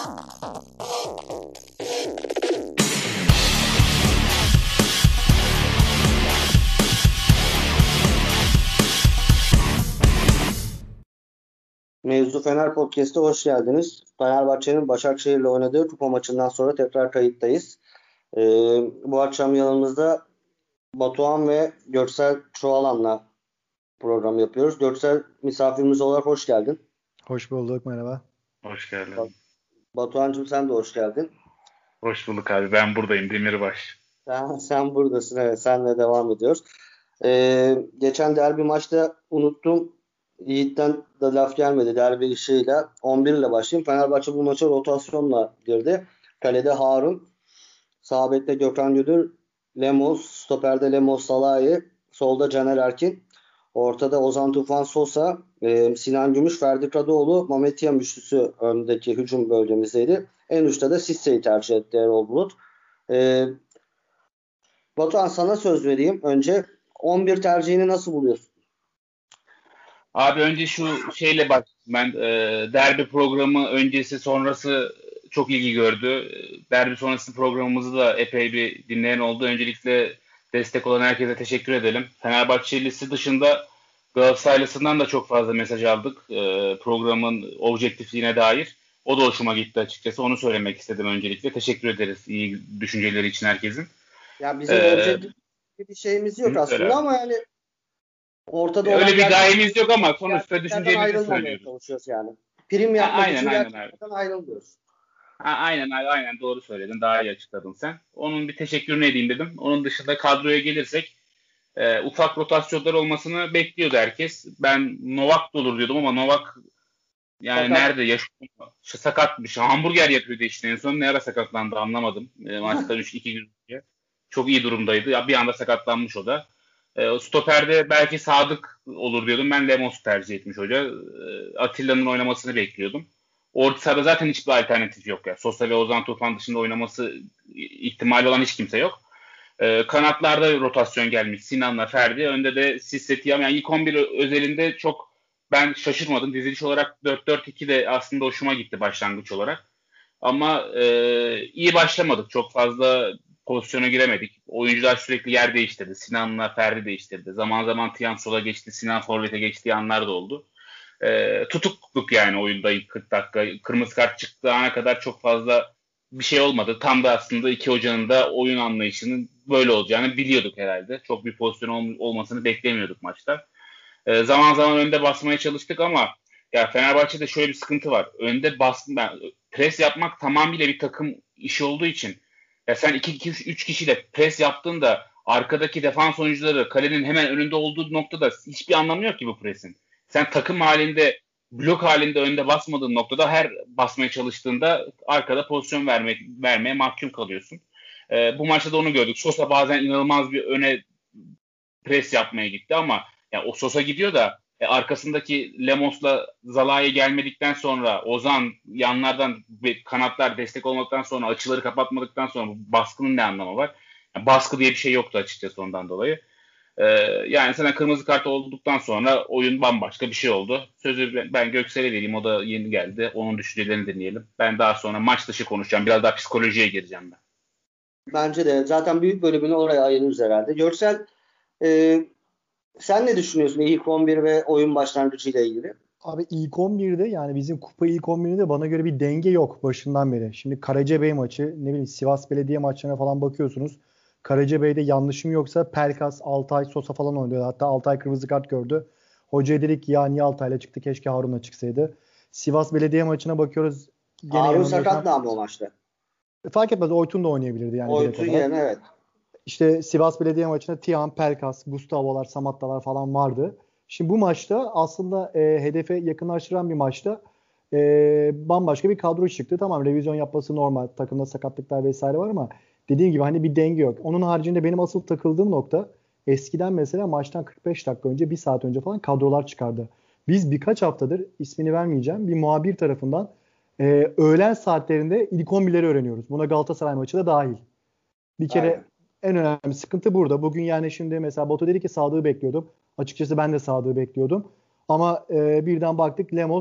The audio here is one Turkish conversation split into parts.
Mevzu Fener Podcast'a hoş geldiniz. Fenerbahçe'nin Başakşehir'le oynadığı kupa maçından sonra tekrar kayıttayız. Bu akşam yanımızda Batuhan ve Göksel Çoğalan'la program yapıyoruz. Göksel misafirimiz olarak hoş geldin. Hoş bulduk, merhaba. Hoş geldin. Batuhan'cığım sen de hoş geldin. Hoş bulduk abi, ben buradayım, Demirbaş. Sen buradasın, evet, senle devam ediyoruz. Geçen derbi maçta unuttum. Yiğit'ten de laf gelmedi derbi işiyle. 11 ile başlayayım. Fenerbahçe bu maça rotasyonla girdi. Kalede Harun, sağ bekte Gökhan Gönül, Lemos, stoperde Lemos Salahi, solda Caner Erkin, ortada Ozan Tufan Sosa, Sinan Gümüş, Ferdi Kadıoğlu, Mehmet Yam üçlüsü öndeki hücum bölgemizdeydi. En uçta da Sisse'yi tercih etti Erol Bulut. Batuhan sana söz vereyim. Önce 11 tercihini nasıl buluyorsun? Abi önce şu şeyle bak, ben derbi programı öncesi sonrası çok ilgi gördü. Derbi sonrası programımızı da epey bir dinleyen oldu. Öncelikle destek olan herkese teşekkür edelim. Fenerbahçelisi dışında Galatasaraylısından da çok fazla mesaj aldık. Programın objektifliğine dair. O da hoşuma gitti açıkçası. Onu söylemek istedim öncelikle. Teşekkür ederiz iyi düşünceleri için herkesin. Ya bizim objektif bir şeyimiz yok aslında öyle. Ama yani ortada öyle bir gayemiz yok ama sonuçta düşüncelerimizi söylüyoruz. Çalışıyoruz yani. Prim yapmak için aynen ayrılmıyoruz. Aynen doğru söyledin. Daha iyi açıkladın sen. Onun bir teşekkürünü edeyim dedim. Onun dışında kadroya gelirsek ufak rotasyonlar olmasını bekliyordu herkes. Ben Novak da olur diyordum ama Novak yani sakat. Nerede yaşıyor? Sakatmış. Hamburger yapıyordu işte en son. Ne ara sakatlandı anlamadım. Maçtan 2 gün önce. Çok iyi durumdaydı. Ya bir anda sakatlanmış o da. Stoper'de belki Sadık olur diyordum. Ben Lemos tercih etmiş hoca. Atilla'nın oynamasını bekliyordum. Orta sahada zaten hiçbir alternatif yok ya. Sosa ve Ozan Tufan dışında oynaması ihtimali olan hiç kimse yok. Kanatlarda rotasyon gelmiş. Sinan'la Ferdi. Önde de Sisse Tiam. Yani ilk 11 özelinde çok ben şaşırmadım. Diziliş olarak 4-4-2 de aslında hoşuma gitti başlangıç olarak. Ama iyi başlamadık. Çok fazla pozisyona giremedik. Oyuncular sürekli yer değiştirdi. Sinan'la Ferdi değiştirdi. Zaman zaman Tiam sola geçti. Sinan forvete geçtiği anlar da oldu. Tutukluk yani oyunda ilk 40 dakika. Kırmızı kart çıktığı ana kadar çok fazla bir şey olmadı. Tam da aslında iki hocanın da oyun anlayışının böyle olacağını biliyorduk herhalde. Çok bir pozisyon olmasını beklemiyorduk maçta. Zaman zaman önde basmaya çalıştık ama ya Fenerbahçe'de şöyle bir sıkıntı var. Önde pres yapmak tamamıyla bir takım işi olduğu için ya sen 2-3 kişiyle pres yaptığında arkadaki defans oyuncuları kalenin hemen önünde olduğu noktada hiçbir anlamı yok ki bu presin. Sen takım halinde, blok halinde önde basmadığın noktada her basmaya çalıştığında arkada pozisyon vermeye mahkum kalıyorsun. Bu maçta da onu gördük. Sosa bazen inanılmaz bir öne pres yapmaya gitti ama yani o Sosa gidiyor da arkasındaki Lemos'la Zalai gelmedikten sonra Ozan yanlardan kanatlar destek olmadıktan sonra açıları kapatmadıktan sonra baskının ne anlamı var? Yani baskı diye bir şey yoktu açıkçası ondan dolayı. Yani sana kırmızı kart olduktan sonra oyun bambaşka bir şey oldu. Sözü ben Göksel'e vereyim. O da yeni geldi. Onun düşüncelerini dinleyelim. Ben daha sonra maç dışı konuşacağım. Biraz daha psikolojiye gireceğim ben. Bence de. Zaten büyük bölümünü oraya ayırırız herhalde. Göksel sen ne düşünüyorsun ilk 11 ve oyun başlangıcıyla ilgili? Abi ilk 11'de yani bizim kupa ilk 11'de bana göre bir denge yok başından beri. Şimdi Karacabey maçı, ne bileyim Sivas Belediye maçlarına falan bakıyorsunuz. Karacabey'de yanlışım yoksa Pelkas, Altay, Sosa falan oynuyordu. Hatta Altay kırmızı kart gördü. Hocaya dedik ki ya niye Altay'la çıktı? Keşke Harun'la çıksaydı. Sivas Belediye maçına bakıyoruz. Gene Harun sakat mı abi o maçta? Fark etmez. Oytun da oynayabilirdi yani. Oytun yerine evet. İşte Sivas Belediye maçında Tiam, Pelkas, Gustavo'lar, Samatta'lar falan vardı. Şimdi bu maçta aslında hedefe yakınlaştıran bir maçta bambaşka bir kadro çıktı. Tamam revizyon yapması normal. Takımda sakatlıklar vesaire var ama dediğim gibi hani bir denge yok. Onun haricinde benim asıl takıldığım nokta eskiden mesela maçtan 45 dakika önce, 1 saat önce falan kadrolar çıkardı. Biz birkaç haftadır ismini vermeyeceğim bir muhabir tarafından öğlen saatlerinde ilk 11'leri öğreniyoruz. Buna Galatasaray maçı da dahil. Bir kere aynen. En önemli sıkıntı burada. Bugün yani şimdi mesela Batu dedi ki Sadık'ı bekliyordum. Açıkçası ben de Sadık'ı bekliyordum. Ama birden baktık Lemos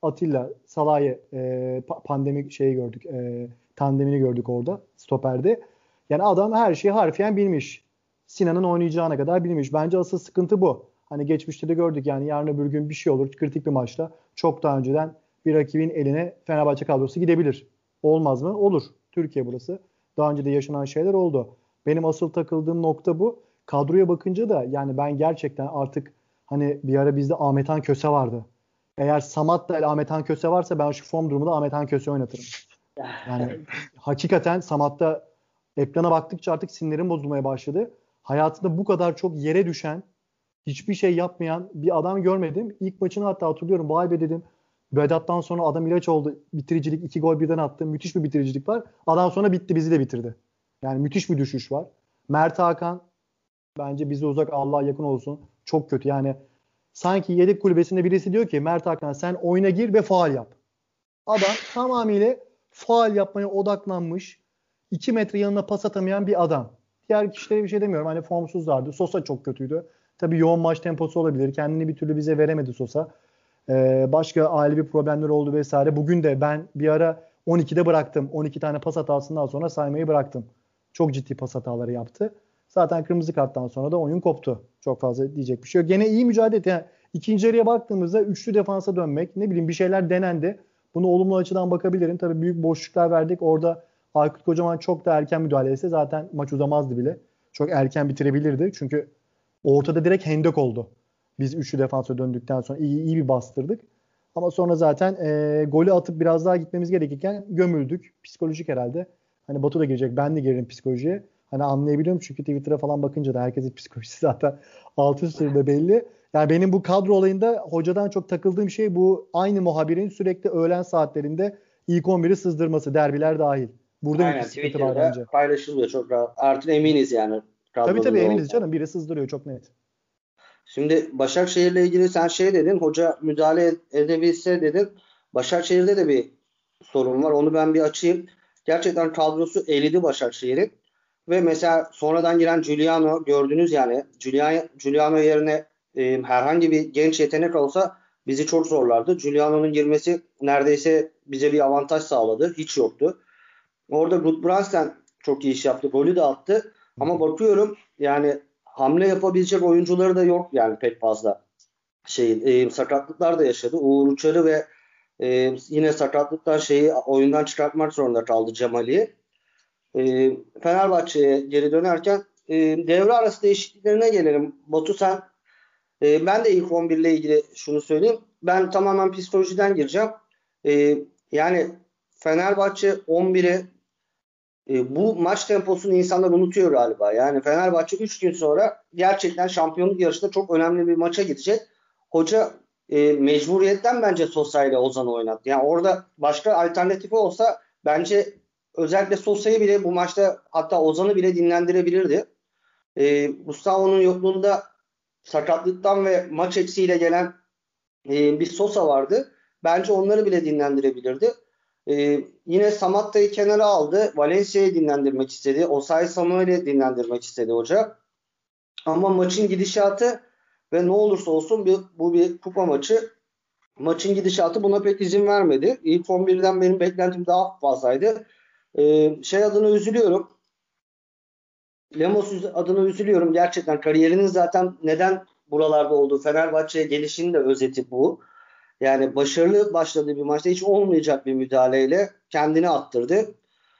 Atilla, Salah'ı pandemi şeyi gördük. Tandemini gördük orada stoperde. Yani adam her şeyi harfiyen bilmiş. Sinan'ın oynayacağına kadar bilmiş. Bence asıl sıkıntı bu. Hani geçmişte de gördük yani yarın öbür gün bir şey olur. Kritik bir maçta çok daha önceden bir rakibin eline Fenerbahçe kadrosu gidebilir. Olmaz mı? Olur. Türkiye burası. Daha önce de yaşanan şeyler oldu. Benim asıl takıldığım nokta bu. Kadroya bakınca da yani ben gerçekten artık hani bir ara bizde Ahmet Han Köse vardı. Eğer Samat'ta ile Ahmet Han Köse varsa ben şu form durumunda Ahmet Han Köse oynatırım. Yani hakikaten Samat'ta ekrana baktıkça artık sinirlerim bozulmaya başladı. Hayatında bu kadar çok yere düşen, hiçbir şey yapmayan bir adam görmedim. İlk maçını hatta hatırlıyorum. Vay be dedim. Vedat'tan sonra adam ilaç oldu. Bitiricilik 2 gol birden attı. Müthiş bir bitiricilik var. Adam sonra bitti, bizi de bitirdi. Yani müthiş bir düşüş var. Mert Hakan bence bize uzak, Allah'a yakın olsun. Çok kötü. Yani sanki yedek kulübesinde birisi diyor ki Mert Hakan sen oyuna gir ve faul yap. Adam tamamıyla faul yapmaya odaklanmış. 2 metre yanına pas atamayan bir adam. Diğer kişilere bir şey demiyorum. Hani formsuzlardı. Sosa çok kötüydü. Tabii yoğun maç temposu olabilir. Kendini bir türlü bize veremedi Sosa. Başka ailevi problemler oldu vesaire. Bugün de ben bir ara 12'de bıraktım. 12 tane pas hatasından sonra saymayı bıraktım. Çok ciddi pas hataları yaptı. Zaten kırmızı karttan sonra da oyun koptu. Çok fazla diyecek bir şey yok. Gene iyi mücadele etti. Yani ikinci yarıya baktığımızda üçlü defansa dönmek, ne bileyim bir şeyler denendi. Bunu olumlu açıdan bakabilirim. Tabii büyük boşluklar verdik. Orada Aykut Kocaman çok da erken müdahale etse zaten maç uzamazdı bile. Çok erken bitirebilirdi. Çünkü ortada direkt hendek oldu. Biz üçlü defansa döndükten sonra iyi bir bastırdık. Ama sonra zaten golü atıp biraz daha gitmemiz gerekirken gömüldük. Psikolojik herhalde. Hani Batu da girecek. Ben de girerim psikolojiye. Hani anlayabiliyorum çünkü Twitter'a falan bakınca da herkesin psikolojisi zaten alt üst de belli. Yani benim bu kadro olayında hocadan çok takıldığım şey bu aynı muhabirin sürekli öğlen saatlerinde ilk 11'i sızdırması. Derbiler dahil. Burada Aynen, bir sıkıntı var bence. paylaşılıyor çok rahat. Artık eminiz yani. Tabii eminiz canım. Biri sızdırıyor çok net. Şimdi Başakşehir'le ilgili sen şey dedin. Hoca müdahale edebilse dedin. Başakşehir'de de bir sorun var. Onu ben bir açayım. Gerçekten kadrosu eridi Başakşehir'in. Ve mesela sonradan giren Giuliano gördünüz yani. Giuliano yerine herhangi bir genç yetenek olsa bizi çok zorlardı. Giuliano'nun girmesi neredeyse bize bir avantaj sağladı. Hiç yoktu. Orada Gudbrandsen çok iyi iş yaptı. Golü de attı. Ama bakıyorum yani hamle yapabilecek oyuncuları da yok yani pek fazla. Sakatlıklar da yaşadı. Uğur Uçar'ı ve yine sakatlıktan oyundan çıkartmak zorunda kaldı Cemal'i. Fenerbahçe'ye geri dönerken devre arası değişikliklerine gelelim. Batu sen ben de ilk 11 ile ilgili şunu söyleyeyim. Ben tamamen psikolojiden gireceğim. Yani Fenerbahçe 11'e bu maç temposunu insanlar unutuyor galiba. Yani Fenerbahçe 3 gün sonra gerçekten şampiyonluk yarışında çok önemli bir maça gidecek. Hoca mecburiyetten bence Sosa ile Ozan'ı oynattı. Yani orada başka alternatifi olsa bence özellikle Sosa'yı bile bu maçta hatta Ozan'ı bile dinlendirebilirdi. Gustavo'nun yokluğunda sakatlıktan ve maç eksiğiyle gelen bir Sosa vardı. Bence onları bile dinlendirebilirdi. Yine Samatta'yı kenara aldı. Valencia'yı dinlendirmek istedi. Osayi Samuel'i dinlendirmek istedi hoca. Ama maçın gidişatı ve ne olursa olsun bu bir kupa maçı. Maçın gidişatı buna pek izin vermedi. İlk 11'den benim beklentim daha fazlaydı. Adına üzülüyorum. Lemos adına üzülüyorum. Gerçekten kariyerinin zaten neden buralarda olduğu, Fenerbahçe'ye gelişinin de özeti bu. Yani başarılı başladığı bir maçta hiç olmayacak bir müdahaleyle kendini attırdı.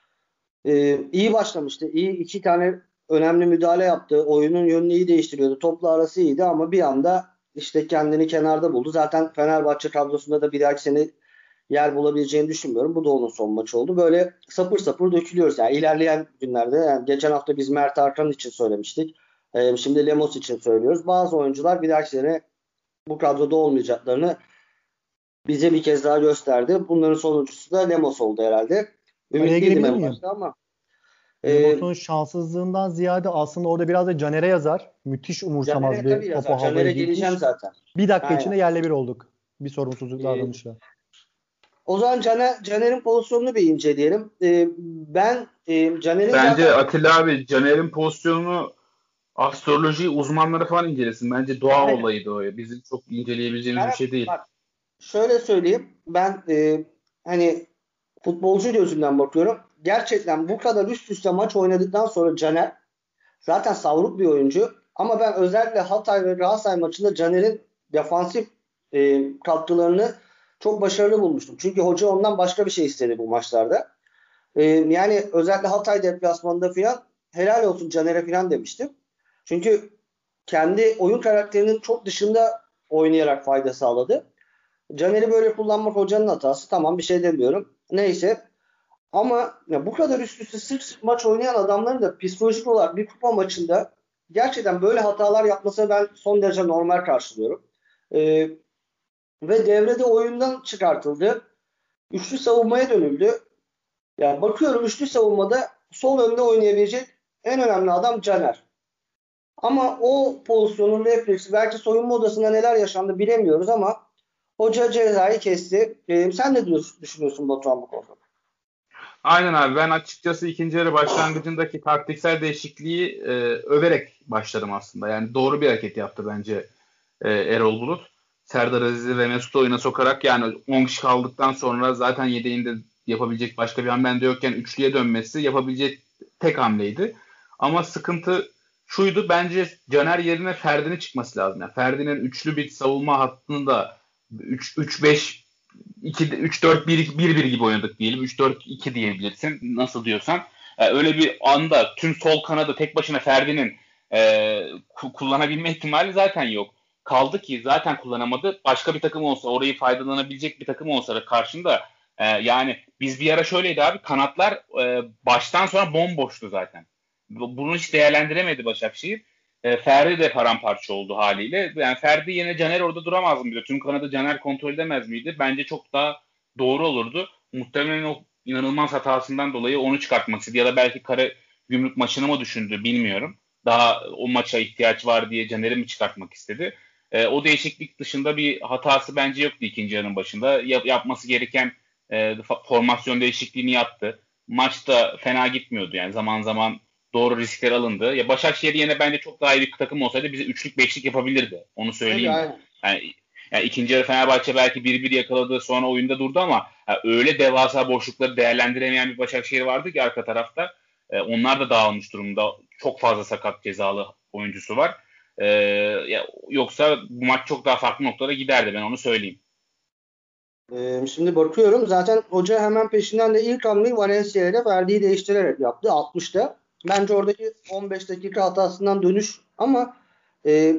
İyi başlamıştı. İyi 2 tane önemli müdahale yaptı. Oyunun yönünü iyi değiştiriyordu. Topla arası iyiydi ama bir anda işte kendini kenarda buldu. Zaten Fenerbahçe kadrosunda da bir dahaki sene yer bulabileceğini düşünmüyorum. Bu da onun son maçı oldu. Böyle sapır sapır dökülüyoruz. Yani ilerleyen günlerde yani geçen hafta biz Mert Hakan için söylemiştik. Şimdi Lemos için söylüyoruz. Bazı oyuncular bir dahaki sene bu kadroda olmayacaklarını bize bir kez daha gösterdi. Bunların sonuncusu da Lemos oldu herhalde. Ümitliydim en başta ama. Lemos'un şanssızlığından ziyade aslında orada biraz da Caner'e yazar. Müthiş umursamaz Caner'e bir topa havaya Caner'e gitmiş. geleceğim zaten. Bir dakika içinde yerle bir olduk. Bir sorumsuzluk davranışla. O zaman Caner'in pozisyonunu bir inceleyelim. Ben Caner'in bence zaten... Atilla abi Caner'in pozisyonunu astroloji uzmanları falan incelesin. Bence doğa olayıydı o. Bizim çok inceleyebileceğimiz bir şey değil. Bak, şöyle söyleyeyim. Ben hani futbolcu gözünden bakıyorum. Gerçekten bu kadar üst üste maç oynadıktan sonra Caner zaten savruk bir oyuncu. Ama ben özellikle Hatay ve Galatasaray maçında Caner'in defansif katkılarını çok başarılı bulmuştum. Çünkü hoca ondan başka bir şey istedi bu maçlarda. Yani özellikle Hatay deplasmanında falan helal olsun Caner'e falan demiştim. Çünkü kendi oyun karakterinin çok dışında oynayarak fayda sağladı. Caner'i böyle kullanmak hocanın hatası. Tamam, bir şey demiyorum. Neyse. Ama ya bu kadar üst üste sık sık maç oynayan adamların da psikolojik olarak bir kupa maçında gerçekten böyle hatalar yapmasını ben son derece normal karşılıyorum. Ee, Ve devrede oyundan çıkartıldı. Üçlü savunmaya dönüldü. Ya bakıyorum üçlü savunmada sol önde oynayabilecek en önemli adam Caner. Ama o pozisyonun refleksi belki soyunma odasında neler yaşandı bilemiyoruz ama hoca cezayı kesti. Sen ne düşünüyorsun Batuhan bu konuda? Aynen abi, ben açıkçası ikinci yarı başlangıcındaki taktiksel değişikliği överek başladım aslında. Yani doğru bir hareket yaptı bence Erol Bulut. Serdar Aziz'i ve Mesut'u oyuna sokarak, yani 10 kişi kaldıktan sonra zaten yedeğinde yapabilecek başka bir hamle de yokken üçlüye dönmesi yapabilecek tek hamleydi. Ama sıkıntı şuydu, bence Caner yerine Ferdi'nin çıkması lazım. Yani Ferdi'nin üçlü bir savunma hattında 3-5 3-4-1-1 gibi oynadık diyelim. 3-4-2 diyebilirsin. Nasıl diyorsan. Öyle bir anda tüm sol kanadı tek başına Ferdi'nin kullanabilme ihtimali zaten yok. Kaldı ki zaten kullanamadı. Başka bir takım olsa, orayı faydalanabilecek bir takım olsa da karşında, yani biz bir ara şöyleydi abi, kanatlar baştan sonra bomboştu zaten. Bunu hiç değerlendiremedi Başakşehir. Ferdi de paramparça oldu haliyle. Yani Ferdi yine Caner orada duramaz mıydı? Tüm kanadı Caner kontrol edemez miydi? Bence çok daha doğru olurdu. Muhtemelen o inanılmaz hatasından dolayı onu çıkartmak istedi. Ya da belki Karagümrük maçını mı düşündü bilmiyorum. Daha o maça ihtiyaç var diye Caner'i mi çıkartmak istedi? O değişiklik dışında bir hatası bence yoktu ikinci yarının başında. Yapması gereken formasyon değişikliğini yaptı. Maç da fena gitmiyordu yani, zaman zaman doğru riskler alındı. Ya Başakşehir yine bence çok daha iyi bir takım olsaydı bize üçlük beşlik yapabilirdi. Onu Tabii, söyleyeyim ben. aynen. Yani ikinci yarı Fenerbahçe belki 1-1 yakaladı, sonra oyunda durdu ama öyle devasa boşlukları değerlendiremeyen bir Başakşehir vardı ki arka tarafta. Onlar da dağılmış durumda. Çok fazla sakat, cezalı oyuncusu var. Yoksa bu maç çok daha farklı noktalara giderdi, ben onu söyleyeyim. Şimdi bakıyorum zaten hoca hemen peşinden de ilk hamleyi Valencia ile Ferdi'yi değiştirerek yaptı 60'ta. Bence oradaki 15 dakika hatasından dönüş ama e,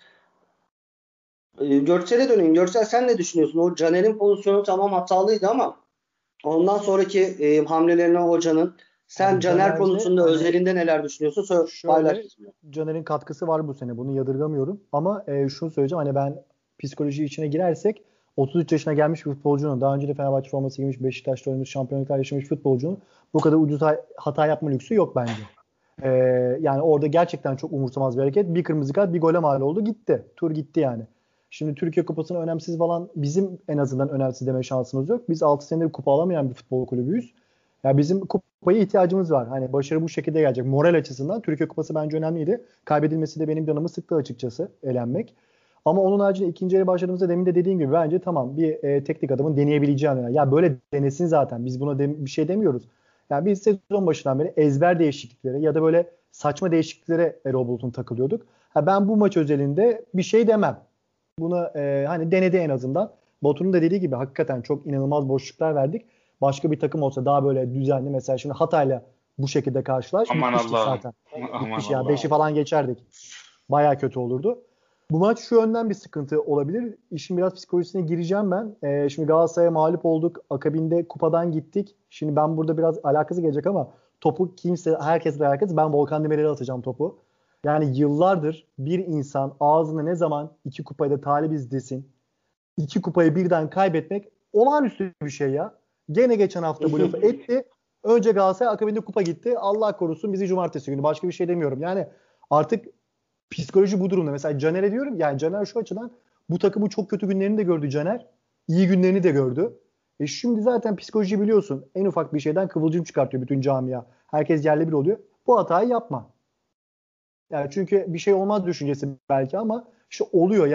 Görsel'e döneyim. Görsel, sen ne düşünüyorsun? O Caner'in pozisyonu tamam hatalıydı ama ondan sonraki hamlelerine hocanın, sen Abi Caner Caner'de konusunda hani özelinde neler düşünüyorsun? Paylaş şöyle, bizimle. Caner'in katkısı var bu sene. Bunu yadırgamıyorum. Ama şunu söyleyeceğim. Hani ben psikoloji içine girersek 33 yaşına gelmiş bir futbolcunun, daha önce de Fenerbahçe forması giymiş, Beşiktaş'ta oynamış, şampiyonluklar yaşamış futbolcunun bu kadar ucuz hata yapma lüksü yok bence. E, Yani orada gerçekten çok umursamaz bir hareket. Bir kırmızı kart, bir gole mal oldu. Gitti. Tur gitti yani. Şimdi Türkiye Kupası'nı önemsiz falan, bizim en azından önemsiz deme şansımız yok. Biz 6 senedir kupa alamayan bir futbol kulübüyüz. Ya bizim kupaya ihtiyacımız var. Hani başarı bu şekilde gelecek. Moral açısından Türkiye Kupası bence önemliydi. Kaybedilmesi de benim canımı sıktı açıkçası, elenmek. Ama onun haricinde ikinci yarı başladığımızda demin de dediğim gibi bence tamam, bir teknik adamın deneyebileceği yani. Ya böyle denesin zaten. Biz buna bir şey demiyoruz. Yani biz sezon başından beri ezber değişikliklere ya da böyle saçma değişikliklere Erol Bulut'un takılıyorduk. Ha, ben bu maç özelinde bir şey demem. Buna hani denedi en azından. Batu'nun da dediği gibi hakikaten çok inanılmaz boşluklar verdik. Başka bir takım olsa daha böyle düzenli, mesela şimdi Hatay'la bu şekilde karşılaş, Aman bitmiştik Allah'ım. zaten. Aman Bitmiş ya. Allah'ım. Beşi falan geçerdik. Baya kötü olurdu. Bu maç şu yönden bir sıkıntı olabilir. İşin biraz psikolojisine gireceğim ben. Şimdi Galatasaray'a mağlup olduk. Akabinde kupadan gittik. Şimdi ben burada biraz alakası gelecek ama topu herkesle alakası. Ben Volkan Demirel'e atacağım topu. Yani yıllardır bir insan ağzına ne zaman iki kupayı da talibiz desin, iki kupayı birden kaybetmek olağanüstü bir şey ya. Gene geçen hafta bu lafı etti. Önce Galatasaray, akabinde kupa gitti. Allah korusun bizi cumartesi günü. Başka bir şey demiyorum. Yani artık psikoloji bu durumda. Mesela Caner'e diyorum, yani Caner şu açıdan, bu takımın çok kötü günlerini de gördü Caner. İyi günlerini de gördü. Şimdi zaten psikoloji biliyorsun. En ufak bir şeyden kıvılcım çıkartıyor bütün camia. Herkes yerli bir oluyor. Bu hatayı yapma. Yani çünkü bir şey olmaz düşüncesi belki ama işte oluyor yani.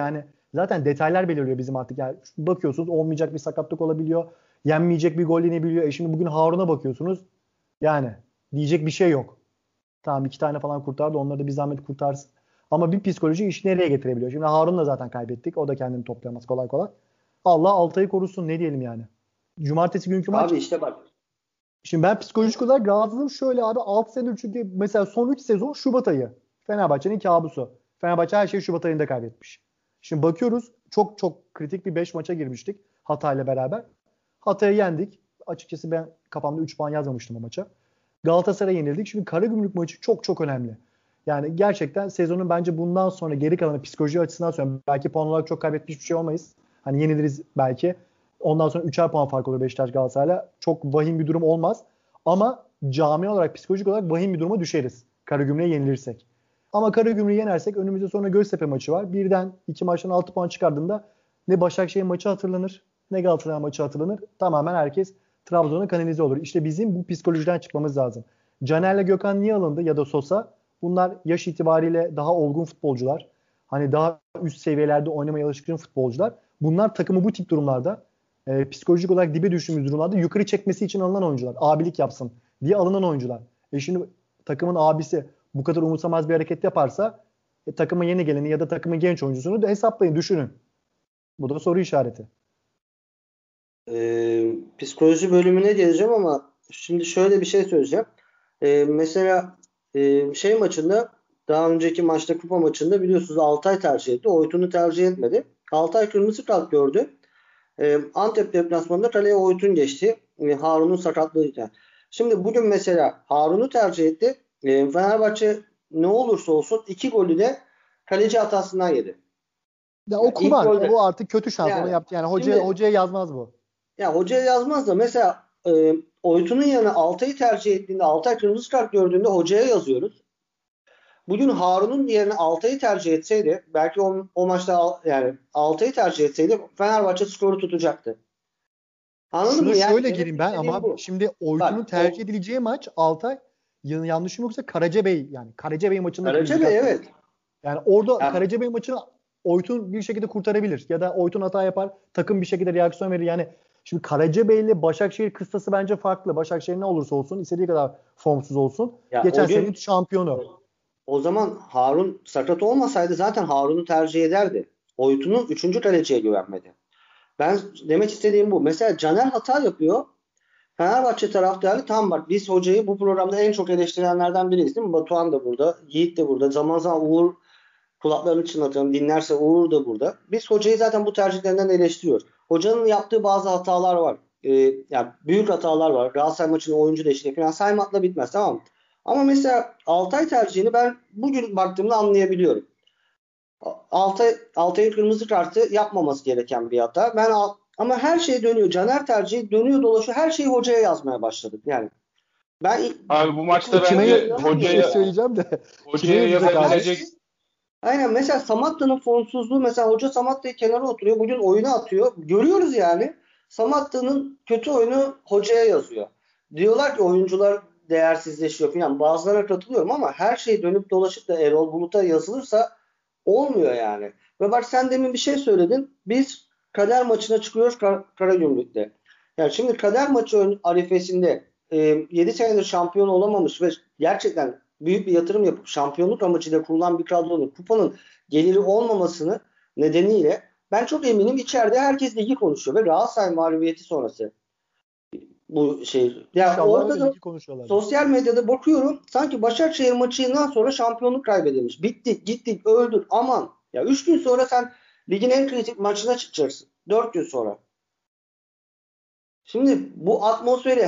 Zaten detaylar belirliyor bizim artık. Yani bakıyorsunuz olmayacak bir sakatlık olabiliyor. Yenmeyecek bir gol yenebiliyor. Şimdi bugün Harun'a bakıyorsunuz. Yani diyecek bir şey yok. Tamam 2 tane falan kurtardı. Onları da bir zahmet kurtarsın. Ama bir psikoloji işi nereye getirebiliyor? Şimdi Harun'la zaten kaybettik. O da kendini toplayamaz kolay kolay. Allah Altay'ı korusun ne diyelim yani. Cumartesi günkü maç. Abi işte bak. Şimdi ben psikolojik olarak rahatsızım. Şöyle abi 6 senedir çünkü mesela son 3 sezon Şubat ayı. Fenerbahçe'nin kabusu. Fenerbahçe her şeyi Şubat ayında kaybetmiş. Şimdi bakıyoruz çok çok kritik bir 5 maça girmiştik Hatay'la beraber. Hatay'ı yendik. Açıkçası ben kafamda 3 puan yazmamıştım o maça. Galatasaray'a yenildik. Şimdi Karagümrük maçı çok çok önemli. Yani gerçekten sezonun bence bundan sonra geri kalanı psikoloji açısından sonra belki puan olarak çok kaybetmiş bir şey olmayız. Hani yeniliriz belki. Ondan sonra 3'er puan fark olur Beşiktaş Galatasaray'la. Çok vahim bir durum olmaz. Ama cami olarak psikolojik olarak vahim bir duruma düşeriz. Karagümrük'e yenilirsek. Ama Karagümrük'ü yenersek önümüzde sonra Göztepe maçı var. Birden 2 maçtan 6 puan çıkardığında ne Başakşehir maçı hatırlanır ne Galatasaray maçı hatırlanır. Tamamen herkes Trabzon'a kanalize olur. İşte bizim bu psikolojiden çıkmamız lazım. Caner'le Gökhan niye alındı ya da Sosa? Bunlar yaş itibariyle daha olgun futbolcular. Hani daha üst seviyelerde oynamaya alışkın futbolcular. Bunlar takımı bu tip durumlarda psikolojik olarak dibe düştüğümüz durumlarda yukarı çekmesi için alınan oyuncular. Abilik yapsın diye alınan oyuncular. Şimdi takımın abisi bu kadar umursamaz bir hareket yaparsa takımın yeni geleni ya da takımın genç oyuncusunu da hesaplayın, düşünün. Bu da soru işareti. Psikoloji bölümüne geleceğim ama şimdi şöyle bir şey söyleyeceğim. Mesela şey maçında daha önceki maçta kupa maçında biliyorsunuz Altay tercih etti. Oytun'u tercih etmedi. Altay kırmızı kart gördü. Antep deplasmanında kaleye Oytun geçti. Harun'un sakatlığıyla. Şimdi bugün mesela Harun'u tercih etti. Fenerbahçe ne olursa olsun 2 golü de kaleci hatasından yedi. Ya Yani o ilk kumar. golde Bu artık kötü şans. Onu yani yaptı. Yani şimdi hocaya yazmaz bu. ya hocaya yazmaz da mesela Oytun'un yerine Altay'ı tercih ettiğinde Altay kırmızı kart gördüğünde hocaya yazıyoruz. Bugün Harun'un yerine Altay'ı tercih etseydi belki o maçta yani Altay'ı tercih etseydi Fenerbahçe skoru tutacaktı. Anladın Şuna mı? Yani şöyle demek gireyim ben istediğim ama bu. şimdi Oytun'un Bak tercih edileceği maç Altay yanlışım yoksa Karacabey yani Karacabey maçında kırmızı Karacabey kart. evet. Yani orada Ya, Karacabey maçını Oytun bir şekilde kurtarabilir. Ya da Oytun hata yapar. Takım bir şekilde reaksiyon verir. Yani şimdi Karacabey ile Başakşehir kıstası bence farklı. Başakşehir ne olursa olsun istediği kadar formsuz olsun. ya Geçen o senenin gün şampiyonu. o zaman Harun sakat olmasaydı zaten Harun'u tercih ederdi. Oytun'un 3. kaleciye güvenmedi. Ben demek istediğim bu. Mesela Caner hata yapıyor. Fenerbahçe taraftarı tam bak biz hocayı bu programda en çok eleştirenlerden biriyiz değil mi? Batuhan da burada, Yiğit de burada. Zaman zaman Uğur kulaklarını çınlatalım dinlerse Uğur da burada. Biz hocayı zaten bu tercihlerinden eleştiriyoruz. Hocanın yaptığı bazı hatalar var. Yani büyük hatalar var. Galatasaray maçının oyuncu değişikliği falan saymakla bitmez tamam mı? Ama mesela Altay tercihini ben bugün baktığımda anlayabiliyorum. Altay'ın kırmızı kartı yapmaması gereken bir hata. Ama her şey dönüyor. Caner tercihi dönüyor dolaşıyor. Her şeyi hocaya yazmaya başladık. Yani ben Abi bu maçta Kime buna bence bir şey inanamıyorum ya. söyleyeceğim de kime hocaya yazacak abi? yazabilecek Aynen mesela Samatta'nın formsuzluğu mesela hoca Samatta'yı kenara oturuyor. Bugün oyuna atıyor. Görüyoruz yani. Samatta'nın kötü oyunu hocaya yazıyor. Diyorlar ki oyuncular değersizleşiyor falan. Bazılarına katılıyorum ama her şey dönüp dolaşıp da Erol Bulut'a yazılırsa olmuyor yani. Ve bak sen demin bir şey söyledin. Biz kader maçına çıkıyoruz Karagümrük'te. Yani şimdi kader maçı arifesinde 7 senedir şampiyon olamamış ve gerçekten büyük bir yatırım yapıp şampiyonluk amacıyla kurulan bir kadronun kupanın geliri olmamasını nedeniyle ben çok eminim içeride herkes ligi konuşuyor ve Galatasaray mağlubiyeti sonrası bu şey. Yani İnşallah orada öyle da ligi konuşuyorlardır. sosyal medyada bakıyorum sanki Başakşehir maçından sonra şampiyonluk kaybedilmiş. Bittik, gittik, öldük. Aman. Ya 3 gün sonra sen ligin en kritik maçına çıkacaksın. 4 gün sonra. Şimdi bu atmosferi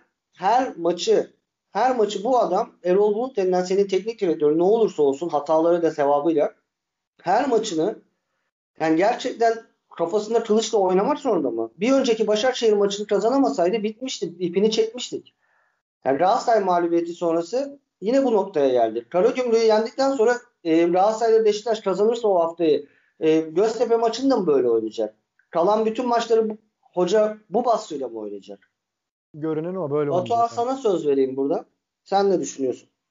her maçı bu adam Erol Bulut denilen senin teknik direktörü ne olursa olsun hataları da sevabıyla her maçını yani gerçekten kafasında kılıçla oynamak zorunda mı? Bir önceki Başakşehir maçını kazanamasaydı bitmişti. İpini çekmiştik. Yani Galatasaray mağlubiyeti sonrası yine bu noktaya geldi. Karagümrük'ü yendikten sonra Galatasaray'la Beşiktaş kazanırsa o haftayı Göztepe maçını da mı böyle oynayacak? Kalan bütün maçları hoca bu baskıyla mı oynayacak? Görünen o böyle Batuhan oynayacak abi. sana söz vereyim burada. Sen ne düşünüyorsun?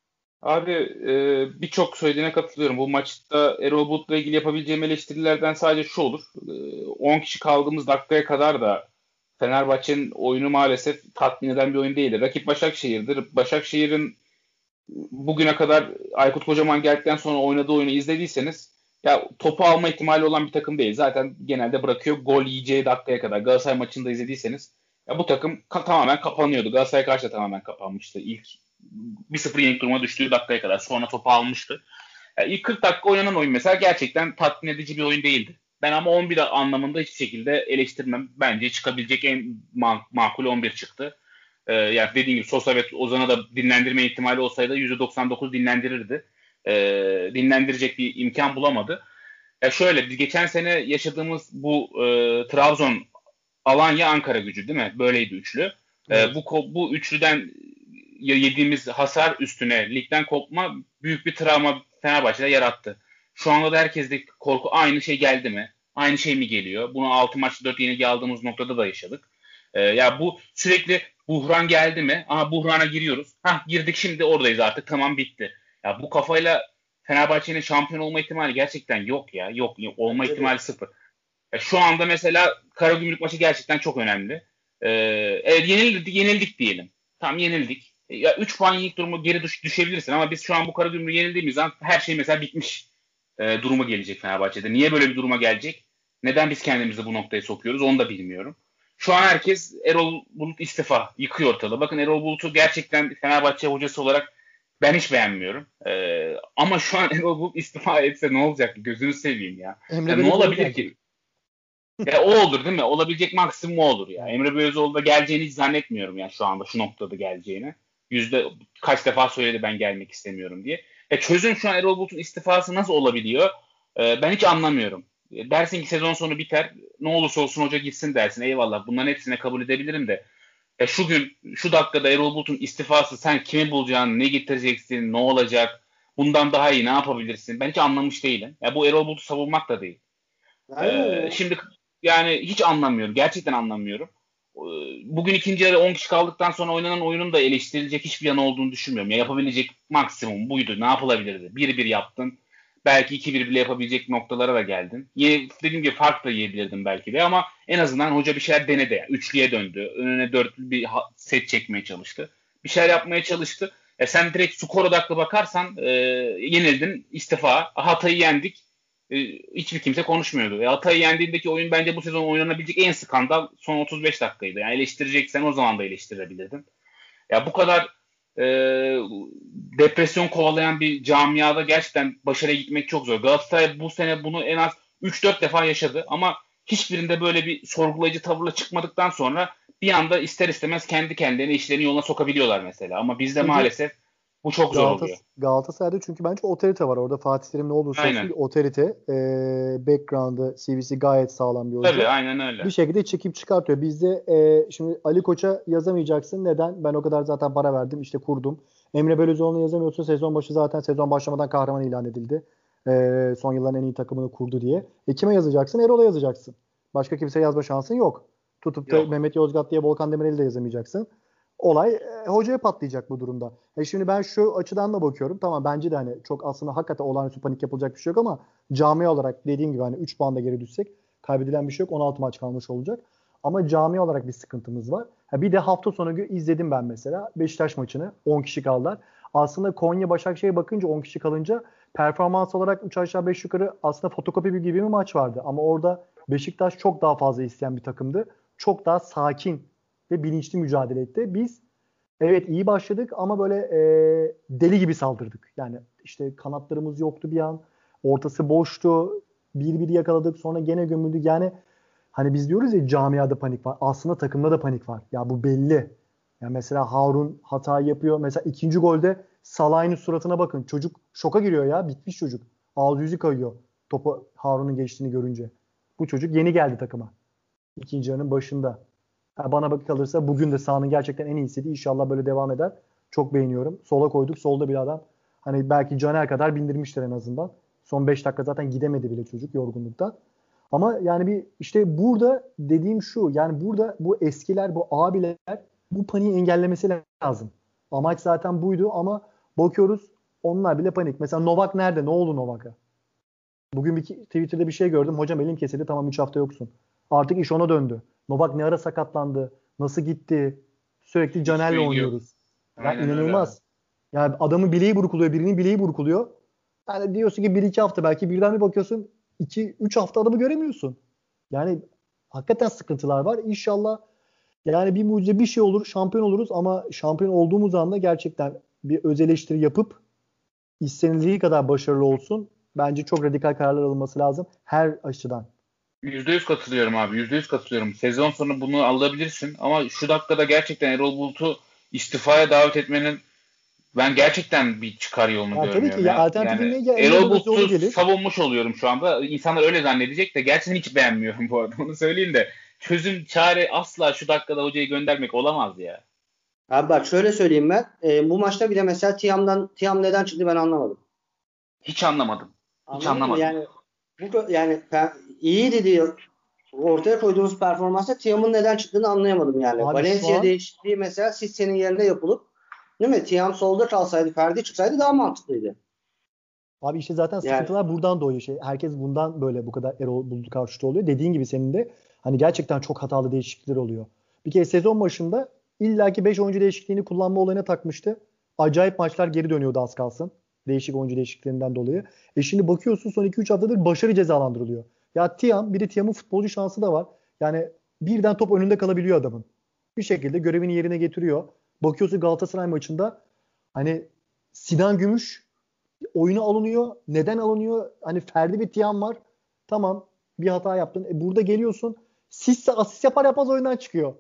Abi birçok söylediğine katılıyorum. Bu maçta Erol Bulut'la ilgili yapabileceğim eleştirilerden sadece şu olur. 10 kişi kaldığımız dakikaya kadar da Fenerbahçe'nin oyunu maalesef tatmin eden bir oyun değildi. Rakip Başakşehir'dir. Başakşehir'in bugüne kadar Aykut Kocaman geldikten sonra oynadığı oyunu izlediyseniz ya topu alma ihtimali olan bir takım değil. Zaten genelde bırakıyor gol yiyeceği dakikaya kadar. Galatasaray maçında izlediyseniz ya bu takım tamamen kapanıyordu. Galatasaray karşı da tamamen kapanmıştı. İlk 1-0 yenik duruma düştüğü dakikaya kadar. Sonra topu almıştı. Yani ilk 40 dakika oynanan oyun mesela gerçekten tatmin edici bir oyun değildi. Ben ama 11 anlamında hiçbir şekilde eleştirmem. Bence çıkabilecek en makul 11 çıktı. Yani dediğim gibi Sosa ve Ozan'a da dinlendirme ihtimali olsaydı %99 dinlendirirdi. Dinlendirecek bir imkan bulamadı. Ya şöyle biz geçen sene yaşadığımız bu Trabzon, Alanya, Ankara gücü değil mi? Böyleydi üçlü. Evet. Bu üçlüden yediğimiz hasar üstüne ligden kopma büyük bir travma Fenerbahçe'de yarattı. Şu anda da herkeste korku aynı şey geldi mi? Aynı şey mi geliyor? Bunu 6 maçta 4 yenilgi aldığımız noktada da yaşadık. Ya bu sürekli buhran geldi mi? Aha buhrana giriyoruz. Girdik şimdi oradayız artık tamam bitti. Ya bu kafayla Fenerbahçe'nin şampiyon olma ihtimali gerçekten yok ya. Yok olma ihtimali sıfır. Şu anda mesela Karagümrük maçı gerçekten çok önemli. Evet yenildik diyelim. Tam yenildik. Ya 3 puan ilk durumu geri düşebilirsin ama biz şu an bu Karagümrük'ü yenildiğimiz zaman her şey mesela bitmiş duruma gelecek Fenerbahçe'de. Niye böyle bir duruma gelecek? Neden biz kendimizi bu noktaya sokuyoruz onu da bilmiyorum. Şu an herkes Erol Bulut istifa. Yıkıyor ortalığı. Bakın Erol Bulut'u gerçekten Fenerbahçe hocası olarak ben hiç beğenmiyorum. Ama şu an Erol Bulut istifa etse ne olacak? Gözünü seveyim ya. Emre Ya ne Belözoğlu olabilir gelecek. ki? O olur değil mi? Olabilecek maksimum o olur ya. Emre Belözoğlu da geleceğini hiç zannetmiyorum ya şu anda şu noktada geleceğini. Kaç defa söyledi ben gelmek istemiyorum diye. Çözüm şu an Erol Bulut'un istifası nasıl olabiliyor? Ben hiç anlamıyorum. Dersin ki sezon sonu biter. Ne olursa olsun hoca gitsin dersin. Eyvallah bunların hepsine kabul edebilirim de. Şu gün şu dakikada Erol Bulut'un istifası sen kimi bulacaksın, ne getireceksin, ne olacak? Bundan daha iyi ne yapabilirsin? Ben hiç anlamış değilim. Bu Erol Bulut'u savunmak da değil. Aynen ya. Şimdi yani hiç anlamıyorum. Gerçekten anlamıyorum. Bugün ikinci yarı 10 kişi kaldıktan sonra oynanan oyunun da eleştirilecek hiçbir yanı olduğunu düşünmüyorum. Ya yapabilecek maksimum buydu. Ne yapılabilirdi? 1-1 yaptın. Belki 2-1 bile yapabilecek noktalara da geldin. Dediğim gibi fark da yiyebilirdin belki de ama en azından hoca bir şeyler denedi. Yani üçlüye döndü. Önüne dörtlü bir set çekmeye çalıştı. Bir şeyler yapmaya çalıştı. Sen direkt skor odaklı bakarsan yenildin, istifa. Hatay'ı yendik. Hiçbir kimse konuşmuyordu. Hatay'ı yendiğindeki oyun bence bu sezon oynanabilecek en skandal son 35 dakikaydı. Yani eleştireceksen o zaman da eleştirebilirdin. Ya bu kadar e, depresyon kovalayan bir camiada gerçekten başarıya gitmek çok zor. Galatasaray bu sene bunu en az 3-4 defa yaşadı ama hiçbirinde böyle bir sorgulayıcı tavırla çıkmadıktan sonra bir anda ister istemez kendi kendilerine işlerini yoluna sokabiliyorlar mesela. Ama bizde Çünkü maalesef bu çok zor oluyor. Galatasaray'da çünkü bence otorite var. Orada Fatih Terim ne olursa olsun Aynen. bir otorite. Background'ı, CV'si gayet sağlam bir oyuncu. Tabii aynen öyle. Bir şekilde çekip çıkartıyor. Bizde şimdi Ali Koç'a yazamayacaksın. Neden? Ben o kadar zaten para verdim. İşte kurdum. Emre Belözoğlu'nu yazamıyorsun. Sezon başı zaten sezon başlamadan kahraman ilan edildi. Son yılların en iyi takımını kurdu diye. Kime yazacaksın? Erol'a yazacaksın. Başka kimseye yazma şansın yok. Tutup da Yok. Mehmet Yozgat diye Volkan Demirel'i de yazamayacaksın. Olay hocaya patlayacak bu durumda. Şimdi ben şu açıdan da bakıyorum. Tamam bence de hani çok aslında hakikaten olağanüstü panik yapılacak bir şey yok ama cami olarak dediğim gibi hani 3 puanda geri düşsek kaybedilen bir şey yok. 16 maç kalmış olacak. Ama cami olarak bir sıkıntımız var. Bir de hafta sonu izledim ben mesela Beşiktaş maçını. 10 kişi kaldılar. Aslında Konya Başakşehir'e bakınca 10 kişi kalınca performans olarak 3 aşağı 5 yukarı aslında fotokopi gibi bir maç vardı. Ama orada Beşiktaş çok daha fazla isteyen bir takımdı. Çok daha sakin ve bilinçli mücadele etti. Biz evet iyi başladık ama böyle deli gibi saldırdık. Yani işte kanatlarımız yoktu bir an. Ortası boştu. 1-1 yakaladık sonra gene gömüldük. Yani hani biz diyoruz ya camiada panik var. Aslında takımda da panik var. Ya bu belli. Ya mesela Harun hata yapıyor. Mesela ikinci golde Salah'ın suratına bakın. Çocuk şoka giriyor ya. Bitmiş çocuk. Ağzı yüzü kayıyor. Topu Harun'un geçtiğini görünce. Bu çocuk yeni geldi takıma. İkinci yarının başında. Bana kalırsa bugün de sahanın gerçekten en iyisiydi. İnşallah böyle devam eder. Çok beğeniyorum. Sola koyduk. Solda bir adam. Hani belki Caner kadar bindirmişler en azından. Son 5 dakika zaten gidemedi bile çocuk yorgunluktan. Ama yani bir işte burada dediğim şu. Yani burada bu eskiler, bu abiler bu paniği engellemesi lazım. Amaç zaten buydu ama bakıyoruz Onlar bile panik. Mesela Novak nerede? Ne oldu Novak'a? Bugün bir Twitter'da bir şey gördüm. Hocam elim kesildi. Tamam 3 hafta yoksun. Artık iş ona döndü. Novak ne ara sakatlandı? Nasıl gitti? Sürekli Hiçbir Caner'le bilgi yok. oynuyoruz. Ya Aynen öyle abi. inanılmaz. Yani adamın bileği burkuluyor. Birinin bileği burkuluyor. Yani diyorsun ki 1-2 hafta belki birden bir bakıyorsun 2-3 hafta adamı göremiyorsun. Yani hakikaten sıkıntılar var. İnşallah yani bir mucize bir şey olur. Şampiyon oluruz ama şampiyon olduğumuz anda gerçekten bir öz eleştiri yapıp istenildiği kadar başarılı olsun. Bence çok radikal kararlar alınması lazım. Her açıdan. %100 katılıyorum abi. %100 katılıyorum. Sezon sonu bunu alabilirsin ama şu dakikada gerçekten Erol Bulut'u istifaya davet etmenin ben gerçekten bir çıkar yolunu Yani tabii ki görmüyorum ya ya. alternatifin Yani ne? Ya Emre Erol Belözoğlu Bulut'u gelir. savunmuş oluyorum şu anda. İnsanlar öyle zannedecek de gerçekten hiç beğenmiyorum bu arada. Onu söyleyeyim de. Çözüm, çare asla şu dakikada hocayı göndermek olamaz ya. Abi bak şöyle söyleyeyim ben. Bu maçta bile mesela Tiam neden çıktı ben anlamadım. Hiç anlamadım. Hiç Anladın mı? anlamadım. Yani iyiydi diyor. Ortaya koyduğumuz performansta Tiam'ın neden çıktığını anlayamadım yani. Abi şu Valencia an değişikliği mesela Sisse'nin yerine yapılıp değil mi? Tiam solda kalsaydı, Ferdi çıksaydı daha mantıklıydı. abi işte zaten Yani sıkıntılar buradan doğuyor. Herkes bundan böyle bu kadar Erol Bulut karşıtı oluyor. Dediğin gibi senin de hani gerçekten çok hatalı değişiklikler oluyor. Bir kere sezon başında illaki 5 oyuncu değişikliğini kullanma olayına takmıştı. Acayip maçlar geri dönüyordu az kalsın. Değişik oyuncu değişikliklerinden dolayı. Şimdi bakıyorsun son 2-3 haftadır başarı cezalandırılıyor. Ya Tiam, bir de Tiam'ın futbolcu şansı da var. Yani birden top önünde kalabiliyor adamın. Bir şekilde görevini yerine getiriyor. Bakıyorsun Galatasaray maçında hani Sinan Gümüş oyuna alınıyor. Neden alınıyor? Hani Ferdi ve Tiam var. Tamam bir hata yaptın. Burada geliyorsun. Sisse asist yapar yapmaz oyundan çıkıyor.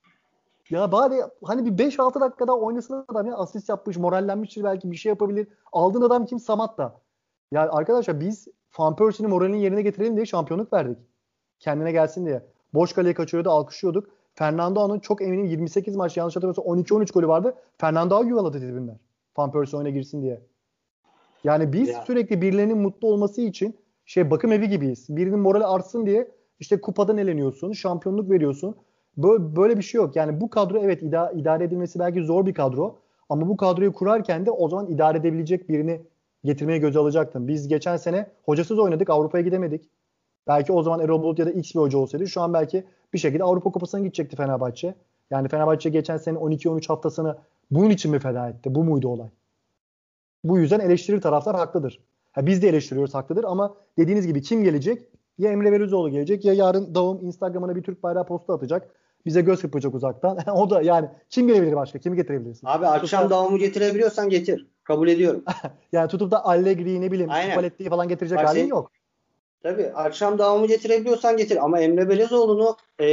Ya bari hani bir 5-6 dakikada oynasın adam ya. Asist yapmış, morallenmiştir belki bir şey yapabilir. Aldığın adam kim? Samatta. Ya arkadaşlar biz Van Persie'nin moralini yerine getirelim diye şampiyonluk verdik. Kendine gelsin diye. Boş kaleyi kaçırıyordu, alkışlıyorduk. Fernando'nun çok eminim 28 maç yanlış hatırlamıyorsam 12-13 golü vardı. Fernando'yu yuvaladı tribünler. Van Persie oyuna girsin diye. Yani biz ya, sürekli birilerinin mutlu olması için bakım evi gibiyiz. Birinin morali artsın diye işte kupadan eleniyorsun, şampiyonluk veriyorsun. Böyle bir şey yok. Yani bu kadro evet idare edilmesi belki zor bir kadro. Ama bu kadroyu kurarken de o zaman idare edebilecek birini getirmeye göze alacaktın. Biz geçen sene hocasız oynadık, Avrupa'ya gidemedik. Belki o zaman Erol Bulut ya da X bir hoca olsaydı şu an belki bir şekilde Avrupa Kupası'na gidecekti Fenerbahçe. Yani Fenerbahçe geçen sene 12-13 haftasını bunun için mi feda etti? Bu muydu olay? Bu yüzden eleştirir taraftar haklıdır. Biz de eleştiriyoruz haklıdır ama dediğiniz gibi kim gelecek? Ya Emre Belözoğlu gelecek ya yarın Davum Instagram'ına bir Türk bayrağı postu atacak. Bize göz kırpacak uzaktan. O da yani kim gelebilir başka? Kimi getirebilirsin? abi Tutup akşam da, devamı getirebiliyorsan getir. Kabul ediyorum. yani tutup da Allegri'yi ne bileyim Aynen. Spalletti'yi falan getirecek Bak halin sen yok. tabii akşam devamı getirebiliyorsan getir. Ama Emre Belezoğlu'nu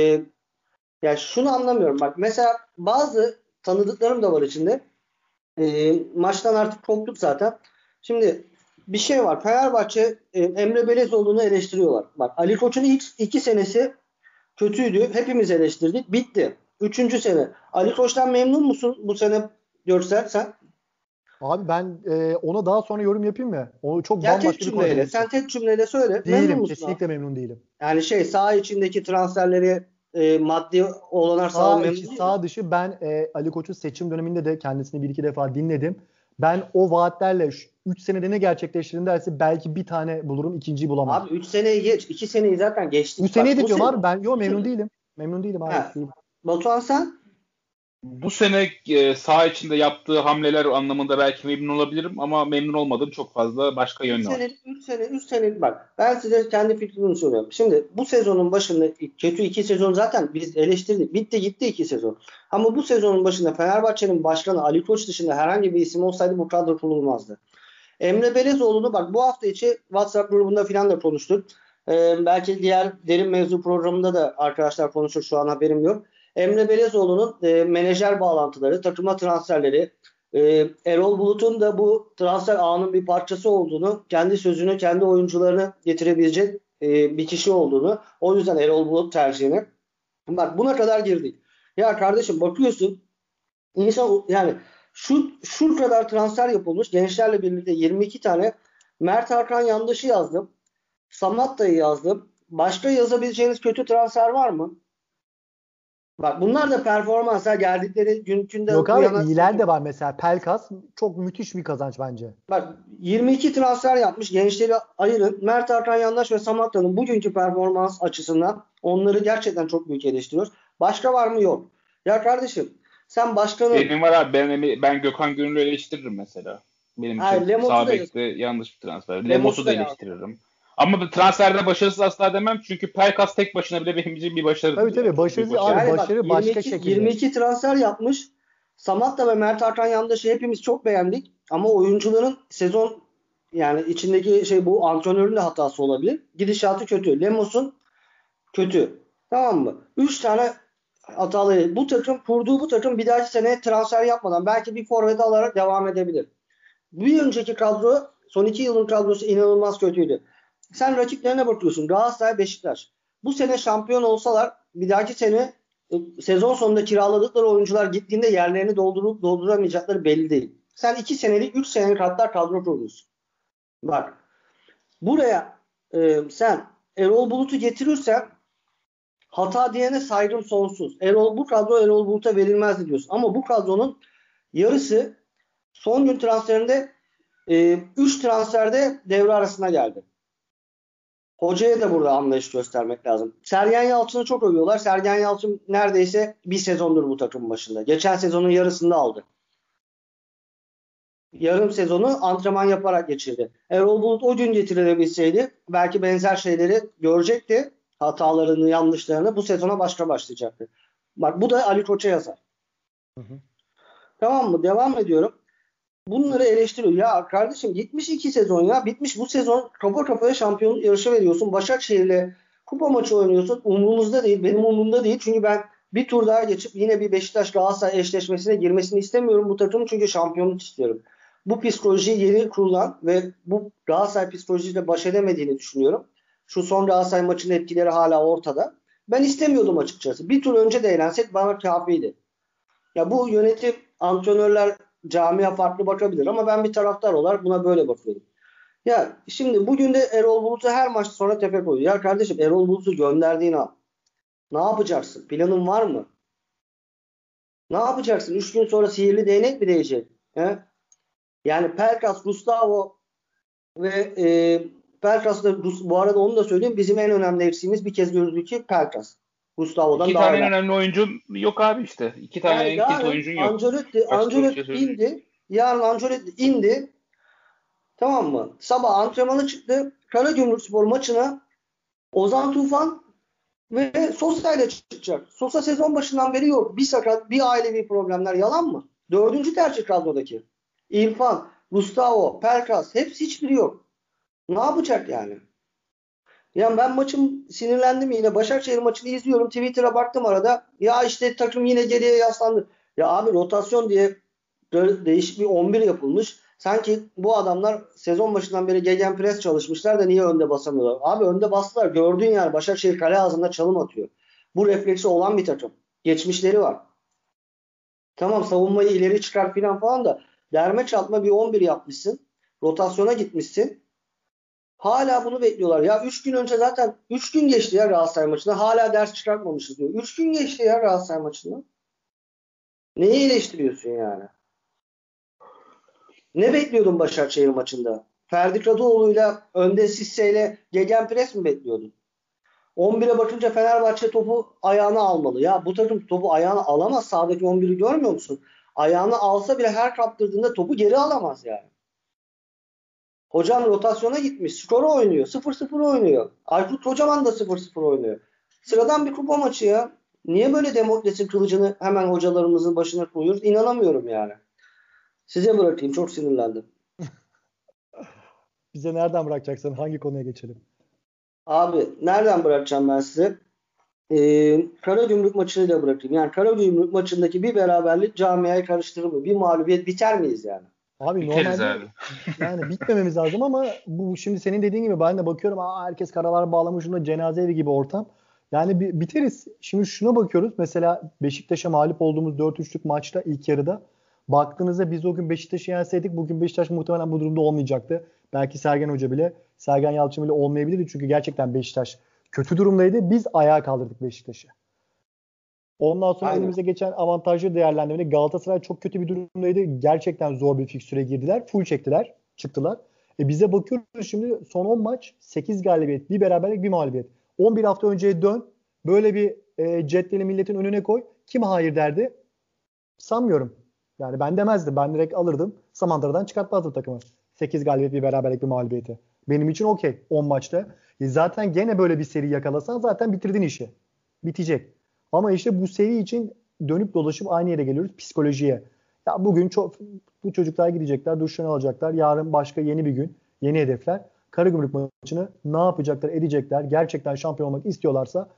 ya şunu anlamıyorum. Bak mesela bazı tanıdıklarım da var içinde. Maçtan artık koptuk zaten. Şimdi bir şey var. Fenerbahçe Emre Belezoğlu'nu eleştiriyorlar. Bak Ali Koç'un ilk 2 senesi kötüydü. Hepimiz eleştirdik. Bitti. 3. sene. Ali Koç'tan memnun musun bu sene Görsel sen? Abi ben ona daha sonra yorum yapayım mı? O çok Ya tek bambaşka bir konu benim cümleyle. için. Sen tek cümleyle söyle. Memnun Değilim. musun abi? Kesinlikle memnun değilim. Yani saha içindeki transferleri maddi olanak sağlam Sağ içi memnun değil mi? sağ dışı ben Ali Koç'un seçim döneminde de kendisini bir iki defa dinledim. Ben o vaatlerle 3 senede ne gerçekleştirdim derse belki bir tane bulurum, ikinciyi bulamam. Abi 3 seneyi geç. 2 seneyi zaten 3 geçtik. seneyi Bak de bu diyorum sene. abi ben Bu memnun sene. değilim. Memnun değilim abi. Ha. Değilim. Batuhan sen? Bu sene saha içinde yaptığı hamleler anlamında belki memnun olabilirim ama memnun olmadığım çok fazla başka 3 yönü var. senelik, 3 senelik bak. Ben size kendi fikrimi söylüyorum. Şimdi bu sezonun başında kötü 2 sezon zaten biz eleştirdik. Bitti gitti 2 sezon. Ama bu sezonun başında Fenerbahçe'nin başkanı Ali Koç dışında herhangi bir isim olsaydı bu kadro kurulmazdı. Emre Belezoğlu'nu bak bu hafta içi WhatsApp grubunda falan da konuştuk. Belki diğer derin mevzu programında da arkadaşlar konuşur şu an haberim yok. Emre Belezoğlu'nun menajer bağlantıları, takıma transferleri, Erol Bulut'un da bu transfer ağının bir parçası olduğunu, kendi sözünü, kendi oyuncularını getirebilecek bir kişi olduğunu, o yüzden Erol Bulut tercihini. Bak buna kadar girdik. Ya kardeşim bakıyorsun İnsan yani şu kadar transfer yapılmış. Gençlerle birlikte 22 tane Mert Hakan Yandaş'ı yazdım. Samatta'yı yazdım. Başka yazabileceğiniz kötü transfer var mı? Bak bunlar da performansa geldikleri günkünde Yok bu abi yana iyiler de var mesela. Pelkas çok müthiş bir kazanç bence. bak 22 transfer yapmış. Gençleri ayırın. Mert Hakan Yandaş ve Samatta'nın bugünkü performans açısından onları gerçekten çok büyük eleştiriyoruz. Başka var mı? Yok. Ya kardeşim sen başkanın Benim var abi, ben Gökhan Gönül'ü eleştiririm mesela. Benim için Lemos'u sağ da bekte yanlış bir transfer. Lemos'u Lemos'u da da ya. eleştiririm. Ama transferde başarısız asla demem. Çünkü Pelkas tek başına bile benim için bir Tabii başarıdır tabii yani. Çok büyük başarılı abi başarı. Yani bak başarı başka 22 şekilde. 22 transfer yapmış. Samatta ve Mert Hakan Yandaş'ı hepimiz çok beğendik ama oyuncuların sezon yani içindeki şey bu antrenörün de hatası olabilir. Gidişatı kötü. Lemos'un kötü. Tamam mı? 3 tane hatalı. Bu takım bir dahaki sene transfer yapmadan belki bir forvet alarak devam edebilir. Bir önceki kadro son 2 yılın kadrosu inanılmaz kötüydü. Sen rakiplerine bakıyorsun. Galatasaray, Beşiktaş. Bu sene şampiyon olsalar bir dahaki sene sezon sonunda kiraladıkları oyuncular gittiğinde yerlerini doldurup dolduramayacakları belli değil. Sen 2 senelik 3 senelik hatta kadro kuruyorsun. Bak buraya sen Erol Bulut'u getirirsen hata diyene saygım sonsuz. Bu kadro Erol Bulut'a verilmezdi diyorsun. Ama bu kadronun yarısı son gün transferinde 3 transferde devre arasına geldi. Hocaya da burada anlayış göstermek lazım. Sergen Yalçın'ı çok övüyorlar. Sergen Yalçın neredeyse bir sezondur bu takımın başında. Geçen sezonun yarısında aldı. Yarım sezonu antrenman yaparak geçirdi. Erol Bulut o gün getirebilseydi belki benzer şeyleri görecekti. Hatalarını, yanlışlarını bu sezona başka başlayacaktı. Bak bu da Ali Koç'a yazar. Hı hı. Tamam mı? Devam ediyorum. Bunları eleştiriyor. Ya kardeşim 72 sezon ya. Bitmiş bu sezon. Kafa kafaya şampiyonluk yarışı veriyorsun. Başakşehir'le kupa maçı oynuyorsun. Umurumuzda değil. Benim umurumda değil. Çünkü ben bir tur daha geçip yine bir Beşiktaş Galatasaray eşleşmesine girmesini istemiyorum bu takımın. Çünkü şampiyonluk istiyorum. Bu psikolojiyi yeni kurulan ve bu Galatasaray psikolojisiyle baş edemediğini düşünüyorum. Şu son Galatasaray maçının etkileri hala ortada. Ben istemiyordum açıkçası. Bir tur önce de eğlensek bana kafiydi. Ya bu yönetim, antrenörler, camia farklı bakabilir ama ben bir taraftar olarak buna böyle bakıyorum. Ya şimdi bugün de Erol Bulut'u her maç sonra tepe koyuyor. Ya kardeşim Erol Bulut'u gönderdiğin an ne yapacaksın? Planın var mı? Ne yapacaksın? 3 gün sonra sihirli değnek mi değecek? He? Yani Pelkas, Gustavo ve Pelkas da bu arada onu da söyleyeyim. Bizim en önemli eksiğimiz bir kez gördük ki Pelkas. Gustavo'dan İki daha tane en önemli. önemli oyuncun yok abi işte. İki tane Yani en kilit yarın oyuncun yok. Açık Ancelotti açık söyleyeyim. indi. Yarın Ancelotti indi. Tamam mı? Sabah antrenmanı çıktı. Karagümrükspor maçına Ozan Tufan ve Sosa ile çıkacak. Sosa sezon başından beri yok. Bir sakat, bir ailevi problemler. Yalan mı? Dördüncü tercih kadrodaki. İrfan, Gustavo, Pelkas hepsi hiçbiri yok. Ne yapacak yani? Yani ben maçım sinirlendim yine. Başakşehir maçını izliyorum. Twitter'a baktım arada. Ya işte takım yine geriye yaslandı. Ya abi rotasyon diye değişik bir 11 yapılmış. Sanki bu adamlar sezon başından beri gegenpress çalışmışlar da niye önde basamıyorlar? Abi önde bastılar. Gördüğün yer Başakşehir kale ağzında çalım atıyor. Bu refleksi olan bir takım. Geçmişleri var. Tamam savunmayı ileri çıkar falan da derme çatma bir 11 yapmışsın. Rotasyona gitmişsin. Hala bunu bekliyorlar. Ya 3 gün önce zaten 3 gün geçti ya Galatasaray maçında. Hala ders çıkartmamışız diyor. 3 gün geçti ya Galatasaray maçında. Neyi eleştiriyorsun yani? Ne bekliyordun Başakşehir maçında? Ferdi Kadıoğlu'yla önde Sisse'yle gegenpress mi bekliyordun? 11'e bakınca Fenerbahçe topu ayağına almalı. Ya bu takım topu ayağına alamaz. Sağdaki 11'i görmüyor musun? Ayağını alsa bile her kaptırdığında topu geri alamaz yani. Hocam rotasyona gitmiş. Skoru oynuyor. 0-0 oynuyor. Aykut Kocaman da 0-0 oynuyor. Sıradan bir kupa maçı ya. Niye böyle Demokles'in kılıcını hemen hocalarımızın başına koyuyoruz? İnanamıyorum yani. Size bırakayım. Çok sinirlendim. Bize nereden bırakacaksın? Hangi konuya geçelim? Abi nereden bırakacağım ben size? Karagümrük maçını da bırakayım. Yani Karagümrük maçındaki bir beraberlik camiayı karıştırır mı? Bir mağlubiyet biter miyiz yani? Abi Biteriz normalde abi. yani bitmememiz lazım ama bu şimdi senin dediğin gibi ben de bakıyorum herkes karalar bağlamış şunda cenaze evi gibi ortam. Yani biteriz. Şimdi şuna bakıyoruz. Mesela Beşiktaş'a mağlup olduğumuz 4-3'lük maçta ilk yarıda baktığınızda biz o gün Beşiktaş'ı yenseydik bugün Beşiktaş muhtemelen bu durumda olmayacaktı. Belki Sergen Yalçın bile olmayabilirdi. Çünkü gerçekten Beşiktaş kötü durumdaydı. Biz ayağa kaldırdık Beşiktaş'ı. Ondan sonra Aynen. elimize geçen avantajlı değerlendirmede Galatasaray çok kötü bir durumdaydı. Gerçekten zor bir fikstüre girdiler. Full çektiler. Çıktılar. Bize bakıyoruz şimdi son 10 maç 8 galibiyet, bir beraberlik, bir mağlubiyet. 11 hafta önceye dön. Böyle bir cetveli milletin önüne koy. Kim hayır derdi? Sanmıyorum. Yani ben demezdim. Ben direkt alırdım. Samandıra'dan çıkartmazdım takımı. 8 galibiyet, bir beraberlik, bir mağlubiyeti. Benim için okey 10 maçta. Zaten gene böyle bir seri yakalasan zaten bitirdin işi. Bitecek. Ama işte bu seri için dönüp dolaşıp aynı yere geliyoruz. Psikolojiye. Ya bugün bu çocuklar gidecekler, duşlarını alacaklar. Yarın başka yeni bir gün, yeni hedefler. Karagümrük maçını ne yapacaklar, edecekler. Gerçekten şampiyon olmak istiyorlarsa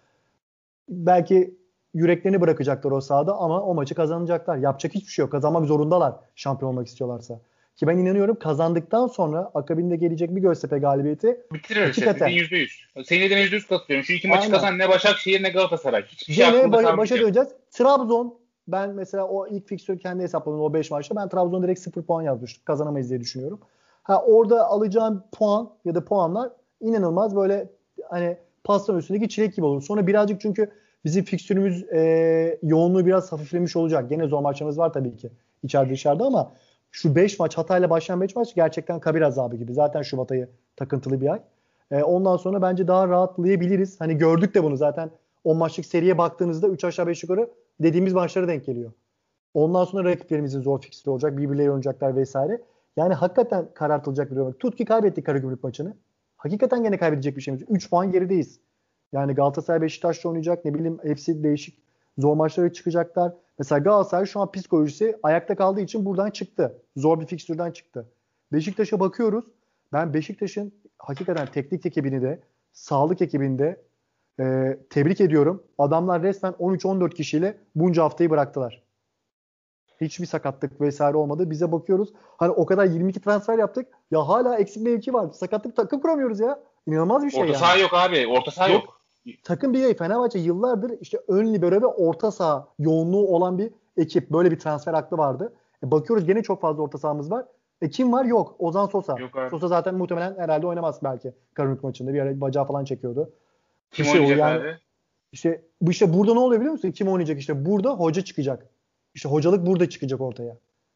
belki yüreklerini bırakacaklar o sahada ama o maçı kazanacaklar. Yapacak hiçbir şey yok. Kazanmak zorundalar şampiyon olmak istiyorlarsa. Ki ben inanıyorum kazandıktan sonra akabinde gelecek bir Göztepe galibiyeti Bitirir hakikaten. %100. Senin dediğine %100 katılıyorum. Şu iki maçı Aynen. kazan ne Başakşehir ne Galatasaray. Hiçbir şey Gene aklında başa kalmayacak. döneceğiz. Trabzon, ben mesela o ilk fikstürü kendi hesapladım o 5 maçta. Ben Trabzon'a direkt 0 puan yazmıştım. Kazanamayız diye düşünüyorum. Orada alacağım puan ya da puanlar inanılmaz böyle hani pastanın üstündeki çilek gibi olur. Sonra birazcık çünkü bizim fikstürümüz yoğunluğu biraz hafiflemiş olacak. Gene zor maçlarımız var tabii ki. İçeride dışarıda ama şu 5 maç Hatay'la başlayan 5 maç gerçekten kabir azabı gibi. Zaten Şubat ayı takıntılı bir ay. Ondan sonra bence daha rahatlayabiliriz. Hani gördük de bunu zaten 10 maçlık seriye baktığınızda 3 aşağı 5 yukarı dediğimiz maçlara denk geliyor. Ondan sonra rakiplerimizin zor fikstürü olacak. Birbirleriyle oynayacaklar vesaire. Yani hakikaten karartılacak bir durum. Tut ki kaybettik Karagümrük maçını. Hakikaten gene kaybedecek bir şeyimiz. 3 puan gerideyiz. Yani Galatasaray Beşiktaş'ta oynayacak. Ne bileyim hepsi değişik zor maçlara çıkacaklar. Mesela Galatasaray şu an psikolojisi ayakta kaldığı için buradan çıktı. Zor bir fikstürden çıktı. Beşiktaş'a bakıyoruz. Ben Beşiktaş'ın hakikaten teknik ekibini de sağlık ekibini de tebrik ediyorum. Adamlar resmen 13-14 kişiyle bunca haftayı bıraktılar. Hiçbir sakatlık vesaire olmadı. Bize bakıyoruz. Hani o kadar 22 transfer yaptık. Ya hala eksik mevki var. Sakatlık takım kuramıyoruz ya. İnanılmaz bir şey Orta yani. saha yok abi. Orta saha yok. Takım bir Fenerbahçe yıllardır işte ön libero ve orta saha yoğunluğu olan bir ekip. Böyle bir transfer aklı vardı. Bakıyoruz gene çok fazla orta sahamız var. Kim var? Yok. Ozan Sosa. Yok abi. Sosa zaten muhtemelen herhalde oynamaz belki. Karagümrük maçında bir ara bacağı falan çekiyordu. Kim İşte oynayacak yani, abi? İşte burada ne oluyor biliyor musun? Kim oynayacak işte? Burada hoca çıkacak. İşte hocalık burada çıkacak ortaya.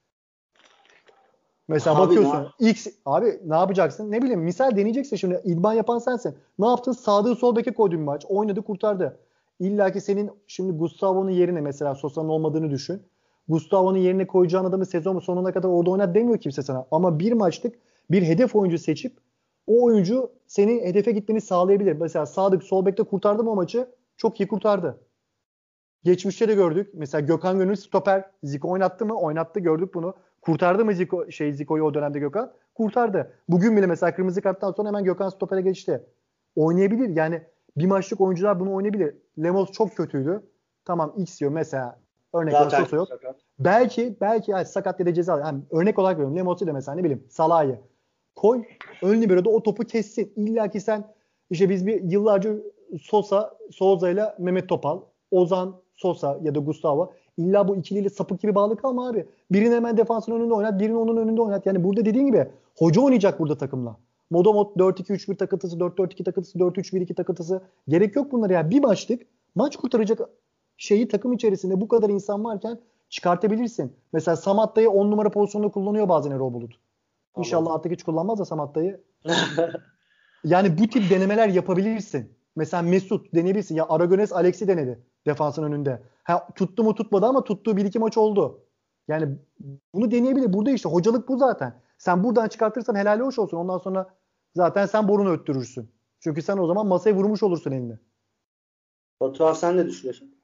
Mesela Abi bakıyorsun abi ne yapacaksın? Ne bileyim misal deneyeceksin şimdi. İdman yapan sensin. Ne yaptın? Sağdığı sol beke koydun bir maç. Oynadı kurtardı. İlla ki senin şimdi Gustavo'nun yerine mesela Sosa'nın olmadığını düşün. Gustavo'nun yerine koyacağın adamı sezon sonuna kadar orada oynat demiyor kimse sana. Ama bir maçlık bir hedef oyuncu seçip o oyuncu senin hedefe gitmeni sağlayabilir. Mesela Sadık sol bekte kurtardı mı o maçı? Çok iyi kurtardı. Geçmişte de gördük. Mesela Gökhan Gönül stoper Zico oynattı mı? Oynattı, gördük bunu. Kurtardı mı Zico'yu o dönemde Gökhan? Kurtardı. Bugün bile mesela kırmızı karttan sonra hemen Gökhan stopere geçti. Oynayabilir. Yani bir maçlık oyuncular bunu oynayabilir. Lemos çok kötüydü. Tamam X diyor mesela. Örnek olarak Sosa yok. Sakat. Belki yani sakat ya da ceza. Yani örnek olarak veriyorum. Lemos'u da mesela ne bileyim Salah'ı koy. Ön libero'da o topu kessin. İlla ki sen işte biz bir yıllarca Souza ile Mehmet Topal, Ozan, Sosa ya da Gustavo. İlla bu ikiliyle sapık gibi bağlı kalma abi. Birini hemen defansın önünde oynat, birini onun önünde oynat. Yani burada dediğin gibi hoca oynayacak burada takımla. Modomot 4-2-3-1 takıntısı, 4-4-2 takıntısı, 4-3-1-2 takıntısı. Gerek yok bunlara ya. Bir maç kurtaracak şeyi takım içerisinde bu kadar insan varken çıkartabilirsin. Mesela Samatta'yı 10 numara pozisyonunda kullanıyor bazen Erol Bulut. İnşallah artık hiç kullanmaz da Samatta'yı. Yani bu tip denemeler yapabilirsin. Mesela Mesut deneyebilirsin. Ya Aragones Alex'i denedi defansın önünde. Tuttu mu tutmadı ama tuttuğu 1-2 maç oldu. Yani bunu deneyebilir. Burada işte hocalık bu zaten. Sen buradan çıkartırsan helal hoş olsun. Ondan sonra zaten sen borunu öttürürsün. Çünkü sen o zaman masaya vurmuş olursun elini. Batuhan sen ne düşünüyorsun?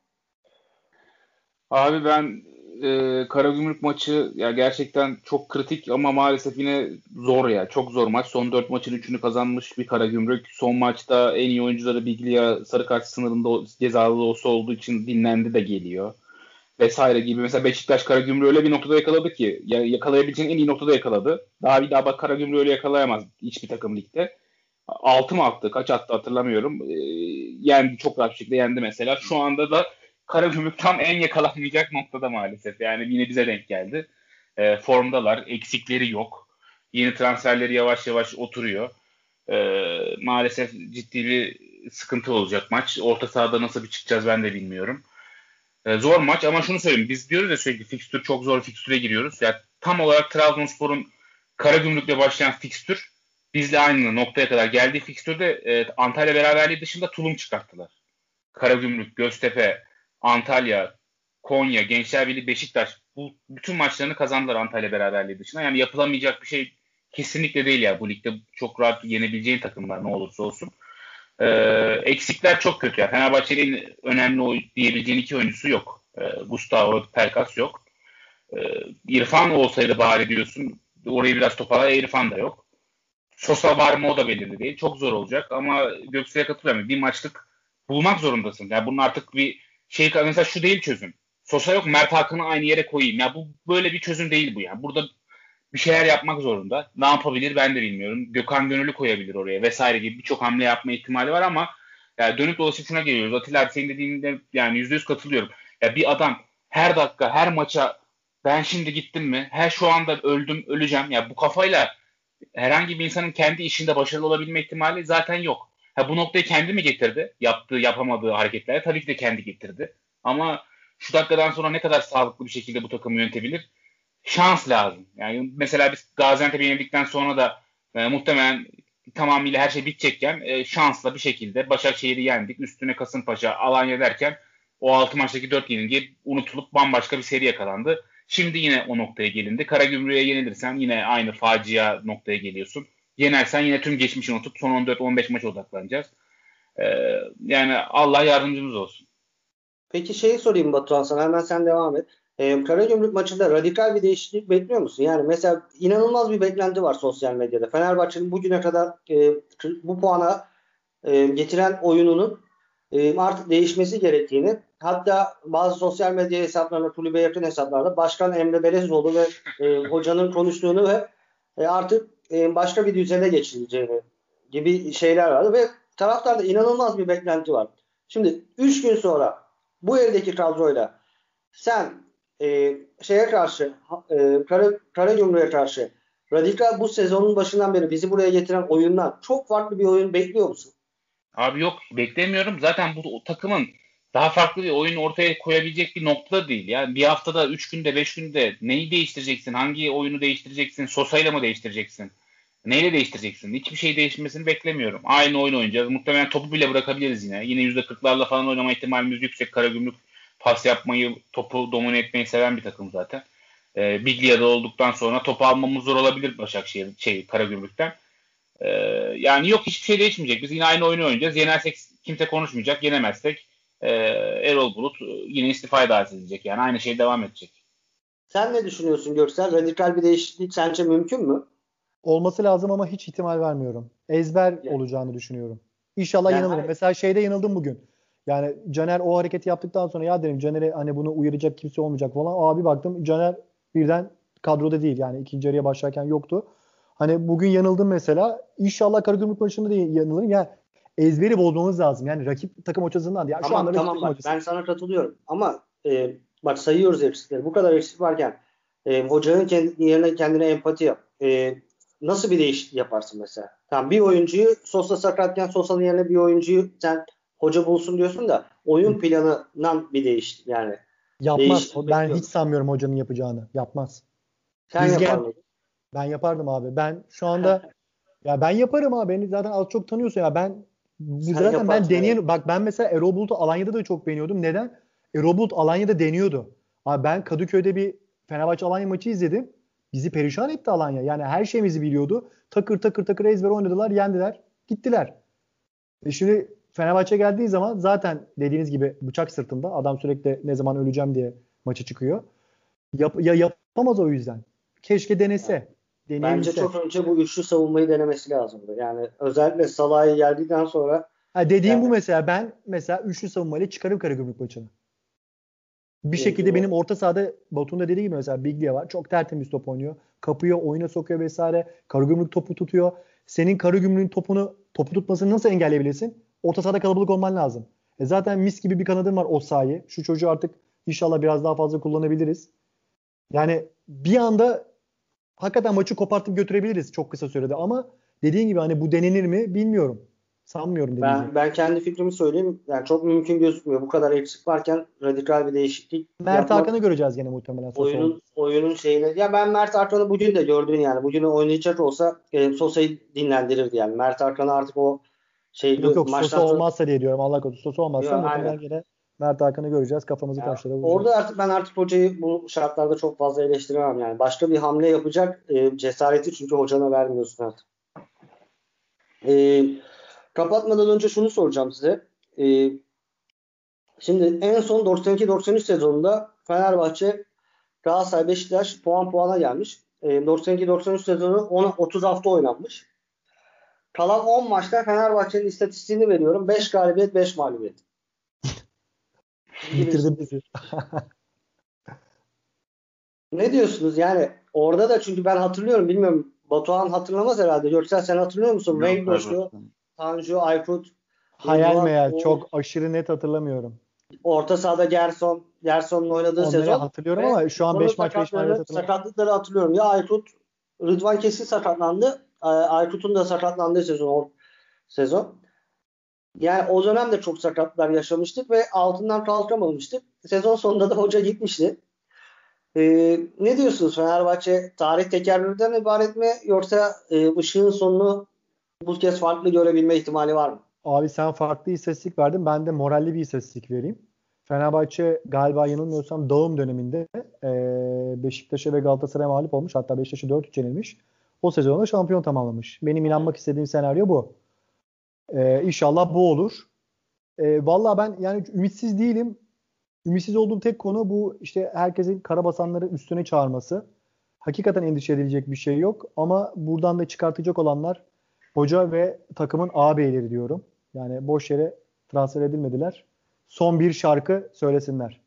Abi ben Karagümrük maçı ya gerçekten çok kritik ama maalesef yine zor ya. Çok zor maç. Son 4 maçın 3'ünü kazanmış bir Karagümrük. Son maçta en iyi oyuncuları Biglia sarı kart sınırında cezalı olsa olduğu için dinlendi de geliyor. Vesaire gibi. Mesela Beşiktaş Karagümrük'ü öyle bir noktada yakaladı ki yakalayabileceğin en iyi noktada yakaladı. Bir daha bak Karagümrük'ü öyle yakalayamaz hiçbir takım ligde. 6 mı attı? Kaç attı hatırlamıyorum. Yendi. Çok rahat bir şekilde yendi mesela. Şu anda da Karagümrük tam en yakalanmayacak noktada maalesef. Yani yine bize denk geldi. Formdalar. Eksikleri yok. Yeni transferleri yavaş yavaş oturuyor. Maalesef ciddi bir sıkıntı olacak maç. Orta sahada nasıl bir çıkacağız ben de bilmiyorum. Zor maç ama şunu söyleyeyim. Biz diyoruz ya sürekli fikstür çok zor fikstüre giriyoruz. Yani tam olarak Trabzonspor'un Karagümrük'le başlayan fikstür bizle aynı noktaya kadar geldiği fikstürde Antalya beraberliği dışında tulum çıkarttılar. Karagümrük, Göztepe, Antalya, Konya, Gençlerbirliği, Beşiktaş bu bütün maçlarını kazandılar Antalya beraberliği dışında. Yani yapılamayacak bir şey kesinlikle değil ya. Bu ligde çok rahat yenebileceğin takımlar ne olursa olsun. Eksikler çok kötü ya. Fenerbahçe'nin önemli diyebileceğin iki oyuncusu yok. Gustavo Pelkas yok. İrfan olsaydı bari diyorsun. Orayı biraz toparlar. İrfan da yok. Sosa var mı o da belirli değil. Çok zor olacak ama Göksu'ya katılıyorum. Bir maçlık bulmak zorundasın. Yani bunun artık bir şey, mesela şu değil çözüm. Sosa yok, Mert Hakan'ı aynı yere koyayım. Ya bu böyle bir çözüm değil bu yani. Burada bir şeyler yapmak zorunda. Ne yapabilir ben de bilmiyorum. Gökhan Gönüllü koyabilir oraya vesaire gibi birçok hamle yapma ihtimali var ama yani dönüp dolaşıp şuna geliyoruz. Atilla abi senin dediğinde yani %100 katılıyorum. Ya bir adam her dakika her maça ben şimdi gittim mi? Şu anda öldüm öleceğim. Ya bu kafayla herhangi bir insanın kendi işinde başarılı olabilme ihtimali zaten yok. Bu noktayı kendi mi getirdi? Yaptığı, yapamadığı hareketler tabii ki de kendi getirdi. Ama şu dakikadan sonra ne kadar sağlıklı bir şekilde bu takımı yönetebilir? Şans lazım. Yani mesela biz Gaziantep'i yenildikten sonra da muhtemelen tamamıyla her şey bitecekken şansla bir şekilde Başakşehir'i yendik. Üstüne Kasımpaşa, Alanya derken o 6 maçtaki 4 yenilgi unutulup bambaşka bir seri yakalandı. Şimdi yine o noktaya gelindi. Karagümrük'e yenilirsen yine aynı facia noktaya geliyorsun. Yenersen yine tüm geçmişini unutup son 14-15 maça odaklanacağız. Yani Allah yardımcımız olsun. Peki şeyi sorayım Batuhan sana, hemen sen devam et. Karagümrük maçında radikal bir değişiklik bekliyor musun? Yani mesela inanılmaz bir beklenti var sosyal medyada. Fenerbahçe'nin bugüne kadar bu puana getiren oyununun artık değişmesi gerektiğini, hatta bazı sosyal medya hesaplarında, kulübe yakın hesaplarda Başkan Emre Belezoğlu ve hocanın konuştuğunu ve artık başka bir düzene geçileceğini gibi şeyler vardı ve taraftarda inanılmaz bir beklenti var. Şimdi 3 gün sonra bu eldeki kadroyla sen şeye karşı Karagümrük'e karşı radikal bu sezonun başından beri bizi buraya getiren oyundan çok farklı bir oyun bekliyor musun? Abi yok, beklemiyorum. Zaten bu takımın daha farklı bir oyun ortaya koyabilecek bir nokta değil. Yani bir haftada, 3 günde, 5 günde neyi değiştireceksin? Hangi oyunu değiştireceksin? Sosa'yla mı değiştireceksin? Neyle değiştireceksin? Hiçbir şey değişmesini beklemiyorum. Aynı oyun oynayacağız. Muhtemelen topu bile bırakabiliriz yine. Yine %40'larla falan oynama ihtimalimiz yüksek. Karagümrük pas yapmayı, topu domine etmeyi seven bir takım zaten. Biglia'da olduktan sonra topu almamız zor olabilir Karagümrük'ten. Ee, Yani yok, hiçbir şey değişmeyecek. Biz yine aynı oyunu oynayacağız. Yenersek kimse konuşmayacak. Yenemezsek Erol Bulut yine istifa davet edilecek. Yani aynı şey devam edecek. Sen ne düşünüyorsun Göksel? Radikal bir değişiklik sence mümkün mü? Olması lazım ama hiç ihtimal vermiyorum. Ezber Yani, olacağını düşünüyorum. İnşallah yani yanılırım. Mesela şeyde yanıldım bugün. Yani Caner o hareketi yaptıktan sonra ya dedim Caner'e hani bunu uyaracak kimse olmayacak falan. Abi baktım Caner birden kadroda değil. Yani ikinci yarıya başlarken yoktu. Hani bugün yanıldım mesela. İnşallah Karagümrük maçında da yanılırım. Ya ezberi bozmamız lazım. Yani rakip takım açısından. Ya şu anda rakip tamam takım bak, açısından. ben sana katılıyorum ama bak sayıyoruz eksikleri. Bu kadar eksik varken hocanın yerine kendine empati yap. Nasıl bir değişiklik yaparsın mesela? Tamam, bir oyuncuyu Sosa sakatken Sosa'nın yerine bir oyuncuyu sen hoca bulsun diyorsun da oyun planından bir değişiklik yani. Yapmaz. Değişiklik Ben bekliyor hiç musun? sanmıyorum hocanın yapacağını. Yapmaz. Sen Biz yapar gene mıydın? ben yapardım abi. Ben şu anda ya ben yaparım abi. Beni zaten az çok tanıyorsun ya. Bu Sen zaten ben yaparsın, evet. deneyen bak ben mesela Erol Bulut'u Alanya'da da çok beğeniyordum. Neden? Erol Bulut Alanya'da deniyordu. Abi ben Kadıköy'de bir Fenerbahçe Alanya maçı izledim. Bizi perişan etti Alanya. Yani her şeyimizi biliyordu. Takır takır takır ezber oynadılar, yendiler, gittiler. Şimdi Fenerbahçe geldiği zaman zaten dediğiniz gibi bıçak sırtında. Adam sürekli ne zaman öleceğim diye maça çıkıyor. Yapamaz o yüzden. Keşke Yani denese. bence Deneyebilse. çok önce bu üçlü savunmayı denemesi lazımdı. Yani özellikle Salah'ı geldikten sonra Ha dediğim bu yani mesela. Ben mesela üçlü savunmayla çıkarım Karagümrük maçını. Bir şekilde o benim orta sahada Batu'nun da dediği gibi mesela Biglia var. Çok tertemiz top oynuyor. Kapıyor, oyuna sokuyor vesaire. Karagümrük topu tutuyor. Senin Karagümrük'ün topu tutmasını nasıl engelleyebilirsin? Orta sahada kalabalık olman lazım. Zaten mis gibi bir kanadın var o sahayı. Şu çocuğu artık inşallah biraz daha fazla kullanabiliriz. Yani bir anda hakikaten maçı kopartıp götürebiliriz çok kısa sürede ama dediğin gibi hani bu denenir mi bilmiyorum. Sanmıyorum deneyeceğini. Ben kendi fikrimi söyleyeyim. Yani çok mümkün gözükmüyor. Bu kadar eksik varken radikal bir değişiklik Mert yapmak Hakan'ı göreceğiz gene muhtemelen Sosa oldu. oyunun şeyine. Ya ben Mert Hakan'ı bugün de gördüm yani. Bugün oynayacak olsa Sosa'yı dinlendirirdi yani. Mert Hakan'ı artık o Yok Sosa maçtan sonra olmazsa diye diyorum. Allah korusun Sosa olmazsa ya, muhtemelen aynen. gene Mert Hakan'ı göreceğiz. Kafamızı Ya, taşlara orada vuracağız. artık hocayı bu şartlarda çok fazla eleştiremem yani. Başka bir hamle yapacak cesareti çünkü hocana vermiyorsun artık. E, Kapatmadan önce şunu soracağım size. E, Şimdi en son 92-93 sezonunda Fenerbahçe Galatasaray Beşiktaş puana gelmiş. 92-93 sezonu 30 hafta oynanmış. Kalan 10 maçta Fenerbahçe'nin istatistiğini veriyorum. 5 galibiyet 5 mağlubiyet. Bitirdin bizi. Ne diyorsunuz? Yani orada da çünkü ben hatırlıyorum. Bilmiyorum. Batuhan hatırlamaz herhalde. Göksel sen hatırlıyor musun? Yok, Veydoş'u, Tanju, Aykut, Hayal Rıdvan, meyal. Uğur, Çok aşırı net hatırlamıyorum. orta sahada Gerson'un oynadığı Onları sezon hatırlıyorum ve ama şu an onun 5 maç 5 mağlubiyet hatırlamıyorum. sakatlıkları hatırlıyorum. Ya Aykut, Rıdvan kesin sakatlandı. Aykut'un da sakatlandığı sezon. Yani o dönem de çok sakatlar yaşamıştık ve altından kalkamamıştık. Sezon sonunda da hoca gitmişti. Ne diyorsunuz? Fenerbahçe tarih tekerrürden ibaret mi yoksa ışığın sonunu bu kez farklı görebilme ihtimali var mı? Abi sen farklı istatistik verdin. Ben de moralli bir istatistik vereyim. Fenerbahçe galiba yanılmıyorsam doğum döneminde Beşiktaş'a ve Galatasaray'a mağlup olmuş. Hatta Beşiktaş'a 4-3 yenilmiş. O sezonda şampiyon tamamlamış. Benim inanmak istediğim senaryo bu. İnşallah bu olur. Vallahi ben yani ümitsiz değilim. Ümitsiz olduğum tek konu bu işte herkesin karabasanları üstüne çağırması. Hakikaten endişe edilecek bir şey yok. Ama buradan da çıkartacak olanlar hoca ve takımın ağabeyleri diyorum. Yani boş yere transfer edilmediler. Son bir şarkı söylesinler.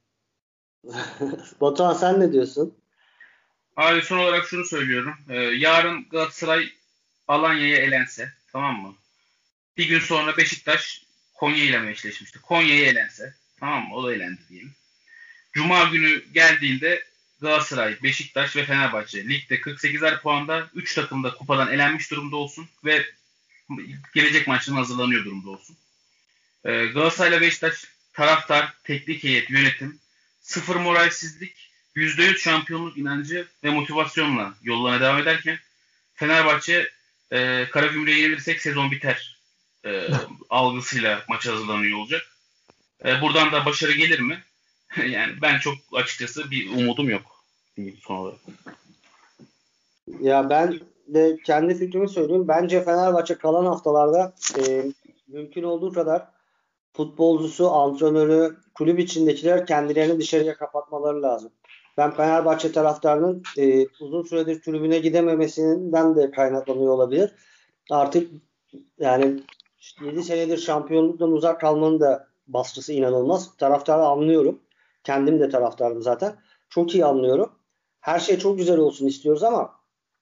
Batuhan sen ne diyorsun? Abi son olarak şunu söylüyorum. Yarın Galatasaray Alanya'ya elense, tamam mı? Bir gün sonra Beşiktaş Konya ile meşleşmişti. Konya'ya elense, tamam mı? O da elendi diyelim. Cuma günü geldiğinde Galatasaray, Beşiktaş ve Fenerbahçe ligde 48'er puanda 3 takım da kupadan elenmiş durumda olsun ve gelecek maçlarına hazırlanıyor durumda olsun. Galatasaray ile Beşiktaş taraftar, teknik heyet, yönetim, sıfır moralsizlik, %100 şampiyonluk inancı ve motivasyonla yollarına devam ederken Fenerbahçe Karagümrük'e yenilirsek sezon biter algısıyla maça hazırlanıyor olacak. Buradan da başarı gelir mi? Yani ben çok açıkçası bir umudum yok son olarak. Ya ben de kendi fikrimi söyleyeyim. Bence Fenerbahçe kalan haftalarda mümkün olduğu kadar futbolcusu, antrenörü, kulüp içindekiler kendilerini dışarıya kapatmaları lazım. Ben Fenerbahçe taraftarının uzun süredir tribüne gidememesinden de kaynaklanıyor olabilir. Artık yani 7 senedir şampiyonluktan uzak kalmanın da baskısı inanılmaz. Taraftarı anlıyorum. Kendim de taraftardım zaten. Çok iyi anlıyorum. Her şey çok güzel olsun istiyoruz ama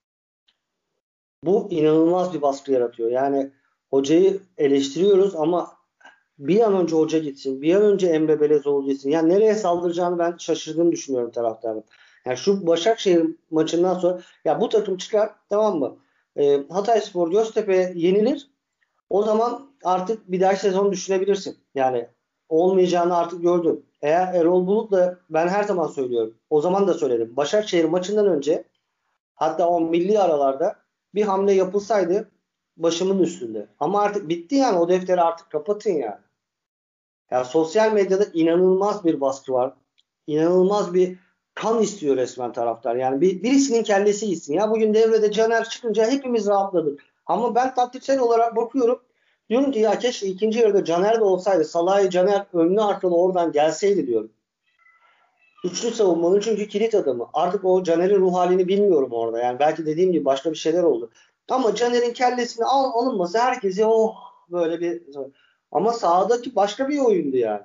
bu inanılmaz bir baskı yaratıyor. Yani hocayı eleştiriyoruz ama bir an önce hoca gitsin. Bir an önce Emre Belezoğlu gitsin. Yani nereye saldıracağını ben şaşırdığını düşünüyorum taraftarın. Yani şu Başakşehir maçından sonra ya bu takım çıkar, tamam mı? Hatayspor Göztepe yenilir. O zaman artık bir dahaki sezon düşünebilirsin. Yani olmayacağını artık gördün. Eğer Erol Bulut'la ben her zaman söylüyorum. O zaman da söyledim. Başakşehir maçından önce hatta o milli aralarda bir hamle yapılsaydı başımın üstünde. Ama artık bitti yani. O defteri artık kapatın yani. Ya sosyal medyada inanılmaz bir baskı var. İnanılmaz bir kan istiyor resmen taraftar. Yani birisinin kellesi gitsin. Ya bugün devrede Caner çıkınca hepimiz rahatladık. Ama ben taktiksel olarak bakıyorum. Diyorum ki ya keşke ikinci yarıda Caner de olsaydı. Salah'ı Caner önlü arkalı oradan gelseydi diyorum. Üçlü savunmanın çünkü kilit adamı. Artık o Caner'in ruh halini bilmiyorum orada. Yani belki dediğim gibi başka bir şeyler oldu. Ama Caner'in kellesini alınması herkese böyle bir ama sahadaki başka bir oyundu yani.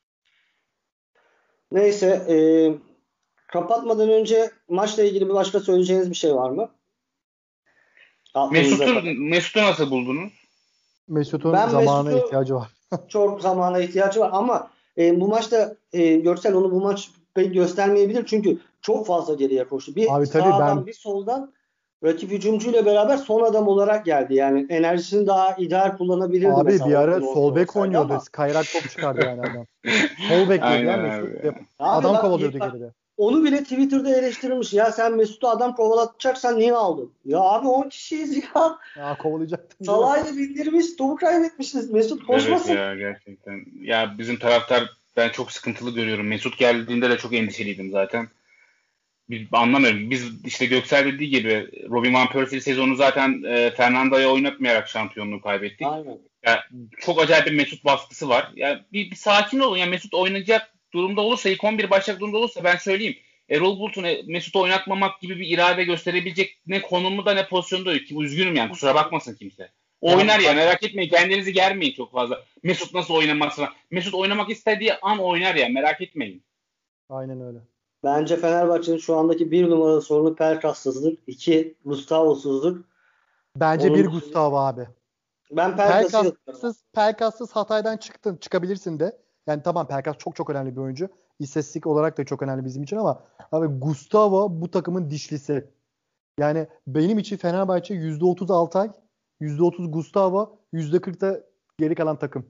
Neyse kapatmadan önce maçla ilgili bir başka söyleyeceğiniz bir şey var mı? Aklınıza kalan. Mesut'u nasıl buldunuz? Mesut'un zamana ihtiyacı var. Çok zamana ihtiyacı var ama bu maçta Görsel onu bu maç pek göstermeyebilir çünkü çok fazla geriye koştu. Bir Abi, tabii sağdan ben bir soldan rakip hücumcuyla beraber son adam olarak geldi. Yani enerjisini daha ideal kullanabilirdi Abi mesela. bir ara Orkun sol bek olsaydı oynuyordu. ama. Kayrak top çıkardı yani adam. Sol bek diyordu ya Aynen Mesut. abi. Abi Adam bak, kovalıyordu geride. onu bile Twitter'da eleştirmiş. Ya sen Mesut'u adam kovalatacaksan niye aldın? Ya abi 10 kişiyiz ya. Ya kovalayacaktım değil mi? Salah'ı bindirmiş, topu kaybetmişiz. Mesut Evet koşmasın. ya, gerçekten. Ya bizim taraftar ben çok sıkıntılı görüyorum. Mesut geldiğinde de çok endişeliydim zaten. Anlamıyorum. Biz işte Göksel dediği gibi Robin Van Persie sezonu zaten Fernando'ya oynatmayarak şampiyonluğu kaybettik. Aynen. Ya, çok acayip bir Mesut baskısı var. Ya bir sakin olun. Ya Mesut oynayacak durumda olursa, ilk 11 başlayacak durumda olursa ben söyleyeyim. Erol Bulut'un Mesut'u oynatmamak gibi bir irade gösterebilecek ne konumu da ne pozisyonu da yok. Üzgünüm yani, kusura bakmasın kimse. Oynar ya, merak etmeyin, kendinizi germeyin çok fazla. Mesut nasıl oynamasına. Mesut oynamak istediği an oynar ya, merak etmeyin. Aynen öyle. Bence Fenerbahçe'nin şu andaki bir numaralı sorunu Pelkas'sızlık. 2 Gustavo'suzluk. Bence Onun bir Gustavo abi. ben Pelkas'ı yazıyorum. Pelkassız Hatay'dan çıkabilirsin de. Yani tamam, Pelkas çok çok önemli bir oyuncu. İstatistik olarak da çok önemli bizim için ama abi Gustavo bu takımın dişlisi. Yani benim için Fenerbahçe %30 Altay, %30 Gustavo, %40 da geri kalan takım.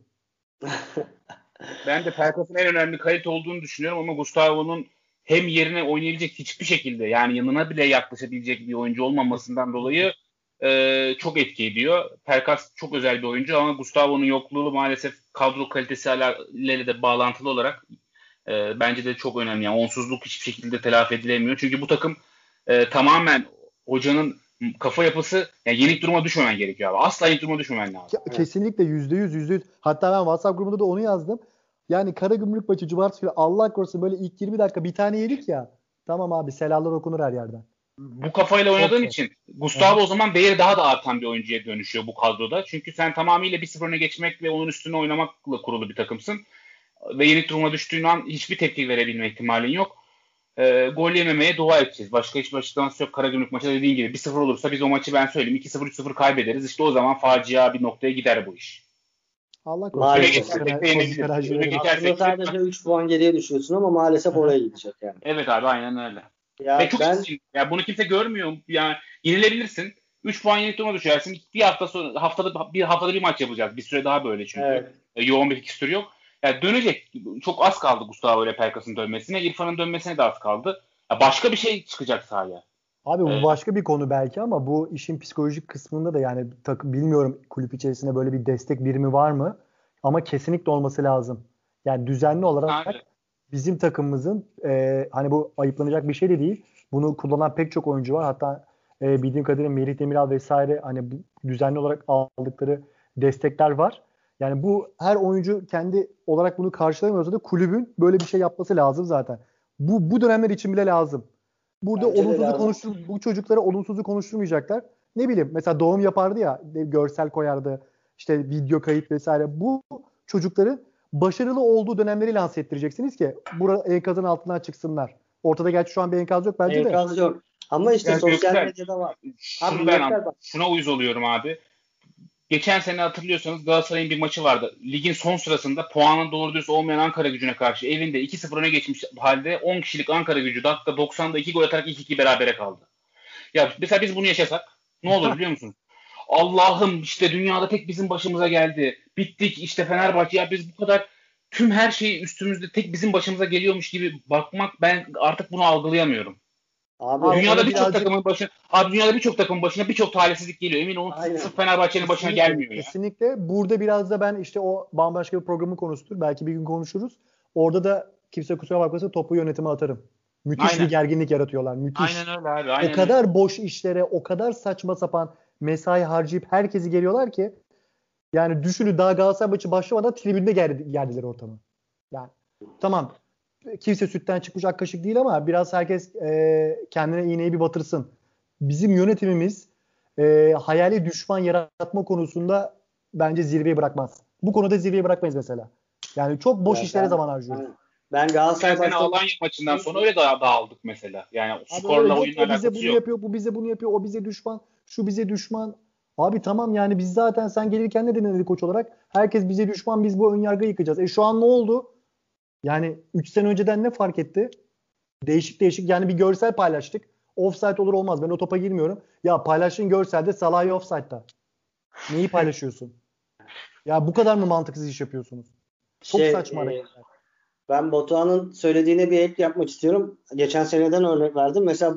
Ben de Pelkas'ın en önemli kalite olduğunu düşünüyorum ama Gustavo'nun hem yerine oynayabilecek hiçbir şekilde, yani yanına bile yaklaşabilecek bir oyuncu olmamasından dolayı çok etki ediyor. Pelkas çok özel bir oyuncu ama Gustavo'nun yokluğu maalesef kadro kalitesiyle de bağlantılı olarak bence de çok önemli. Yani onsuzluk hiçbir şekilde telafi edilemiyor. Çünkü bu takım tamamen hocanın kafa yapısı, yani yenik duruma düşmemen gerekiyor abi. Asla yenik duruma düşmemen lazım. Kesinlikle %100. Hatta ben WhatsApp grubunda da onu yazdım. Yani Karagümrük maçı cumartesi günü Allah korusun böyle ilk 20 dakika bir tane yedik ya. Tamam abi, selamlar okunur her yerden. Bu kafayla Çok oynadığın zor. için Gustavo o zaman değeri daha da artan bir oyuncuya dönüşüyor bu kadroda. Çünkü sen tamamıyla 1-0 öne geçmek ve onun üstüne oynamakla kurulu bir takımsın. Ve yenik duruma düştüğün an hiçbir tepki verebilme ihtimalin yok. Gol yememeye dua edeceğiz. Başka hiçbir açıklaması yok. Karagümrük maçı dediğin gibi 1-0 olursa biz o maçı, ben söyleyeyim, 2-0 3-0 kaybederiz. İşte o zaman facia bir noktaya gider bu iş. Allah korusun. Öne Maalesef. geçersek de Pozitif yenebiliriz. enerji Öne verir. Aslında geçersek de sadece 3 puan geriye düşüyorsun ama maalesef oraya gidecek yani. evet abi, aynen öyle. Ve Ya çok ben etkin. Ya bunu kimse görmüyor. Yani yenilebilirsin. 3 puan yenik duruma düşersin. Bir hafta sonra haftada bir maç yapacağız. Bir süre daha böyle çünkü. evet. Yoğun bir fikstür yok. Yani dönecek. Çok az kaldı Gustavo ile Pelkas'ın dönmesine. İrfan'ın dönmesine de az kaldı. Ya başka bir şey çıkacak sahaya. Abi bu başka bir konu belki ama bu işin psikolojik kısmında da yani bilmiyorum kulüp içerisinde böyle bir destek birimi var mı? Ama kesinlikle olması lazım. Yani düzenli olarak Abi. bizim takımımızın hani bu ayıplanacak bir şey de değil. Bunu kullanan pek çok oyuncu var. Hatta bildiğim kadarıyla Melih Demiral vesaire hani bu, düzenli olarak aldıkları destekler var. Yani bu her oyuncu kendi olarak bunu karşılamıyorsa da kulübün böyle bir şey yapması lazım zaten. Bu dönemler için bile lazım. Burada Bence de olumsuzu lazım. bu çocuklara olumsuzu konuşturmayacaklar. Ne bileyim mesela doğum yapardı ya, görsel koyardı, işte video kayıt vesaire. Bu çocukların başarılı olduğu dönemleri lanse ettireceksiniz ki enkazın altından çıksınlar. Ortada gerçi şu an bir enkaz yok bence de. Enkaz yok. Ama işte Yani sosyal Göksel, medyada var. şunu Abi yeter bak. şuna uyuz oluyorum abi. Geçen sene hatırlıyorsanız Galatasaray'ın bir maçı vardı. Ligin son sırasında puanın doğru dürüst olmayan Ankaragücü'ne karşı evinde 2-0 öne geçmiş halde 10 kişilik Ankaragücü dakika 90'da 2 gol atarak 2-2 berabere kaldı. Ya mesela biz bunu yaşasak ne olur biliyor musunuz? Allah'ım işte dünyada tek bizim başımıza geldi. Bittik işte Fenerbahçe, ya biz bu kadar tüm her şeyi üstümüzde tek bizim başımıza geliyormuş gibi bakmak, ben artık bunu algılayamıyorum. Abi Dünyada ona birçok birazcık takımın başına, abi dünyada birçok takımın başına birçok talihsizlik geliyor. Emin olun aynen. sırf Fenerbahçe'nin başına gelmiyor ya. Kesinlikle. Burada biraz da ben işte o bambaşka bir programın konusudur. Belki bir gün konuşuruz. Orada da kimse kusura bakmasın topu yönetime atarım. Müthiş Aynen. bir gerginlik yaratıyorlar. Müthiş. Aynen öyle abi. O Aynen kadar öyle. boş işlere, o kadar saçma sapan mesai harcayıp herkesi geliyorlar ki yani düşünün, daha Galatasaray maçı başlamadan tribünde gerdiler ortamı. Yani tamam, kimse sütten çıkmış ak kaşık değil ama biraz herkes kendine iğneyi bir batırsın. Bizim yönetimimiz hayali düşman yaratma konusunda bence zirveyi bırakmaz. Bu konuda zirveyi bırakmayız mesela. Yani çok boş Ya işlere zaman harcıyoruz. ben Geçen Galatasaray sene başkanı Alanya maçından sonra öyle dağıldık mesela. Yani Abi öyle skorla yok, oyunla o bize alakası bunu yok. yapıyor, bu bize bunu yapıyor, o bize düşman, şu bize düşman. Abi tamam yani biz zaten sen gelirken ne dedin koç olarak? Herkes bize düşman, biz bu önyargıyı yıkacağız. Şu an ne oldu? Yani 3 sene önceden ne fark etti? Değişik yani bir görsel paylaştık. offside olur olmaz. Ben o topa girmiyorum. Ya paylaştığın görselde Salah'ı offside'da. Neyi paylaşıyorsun? Ya bu kadar mı mantıksız iş yapıyorsunuz? Çok saçma hareketler. Ben Batuhan'ın söylediğine bir ek yapmak istiyorum. Geçen seneden örnek verdim. Mesela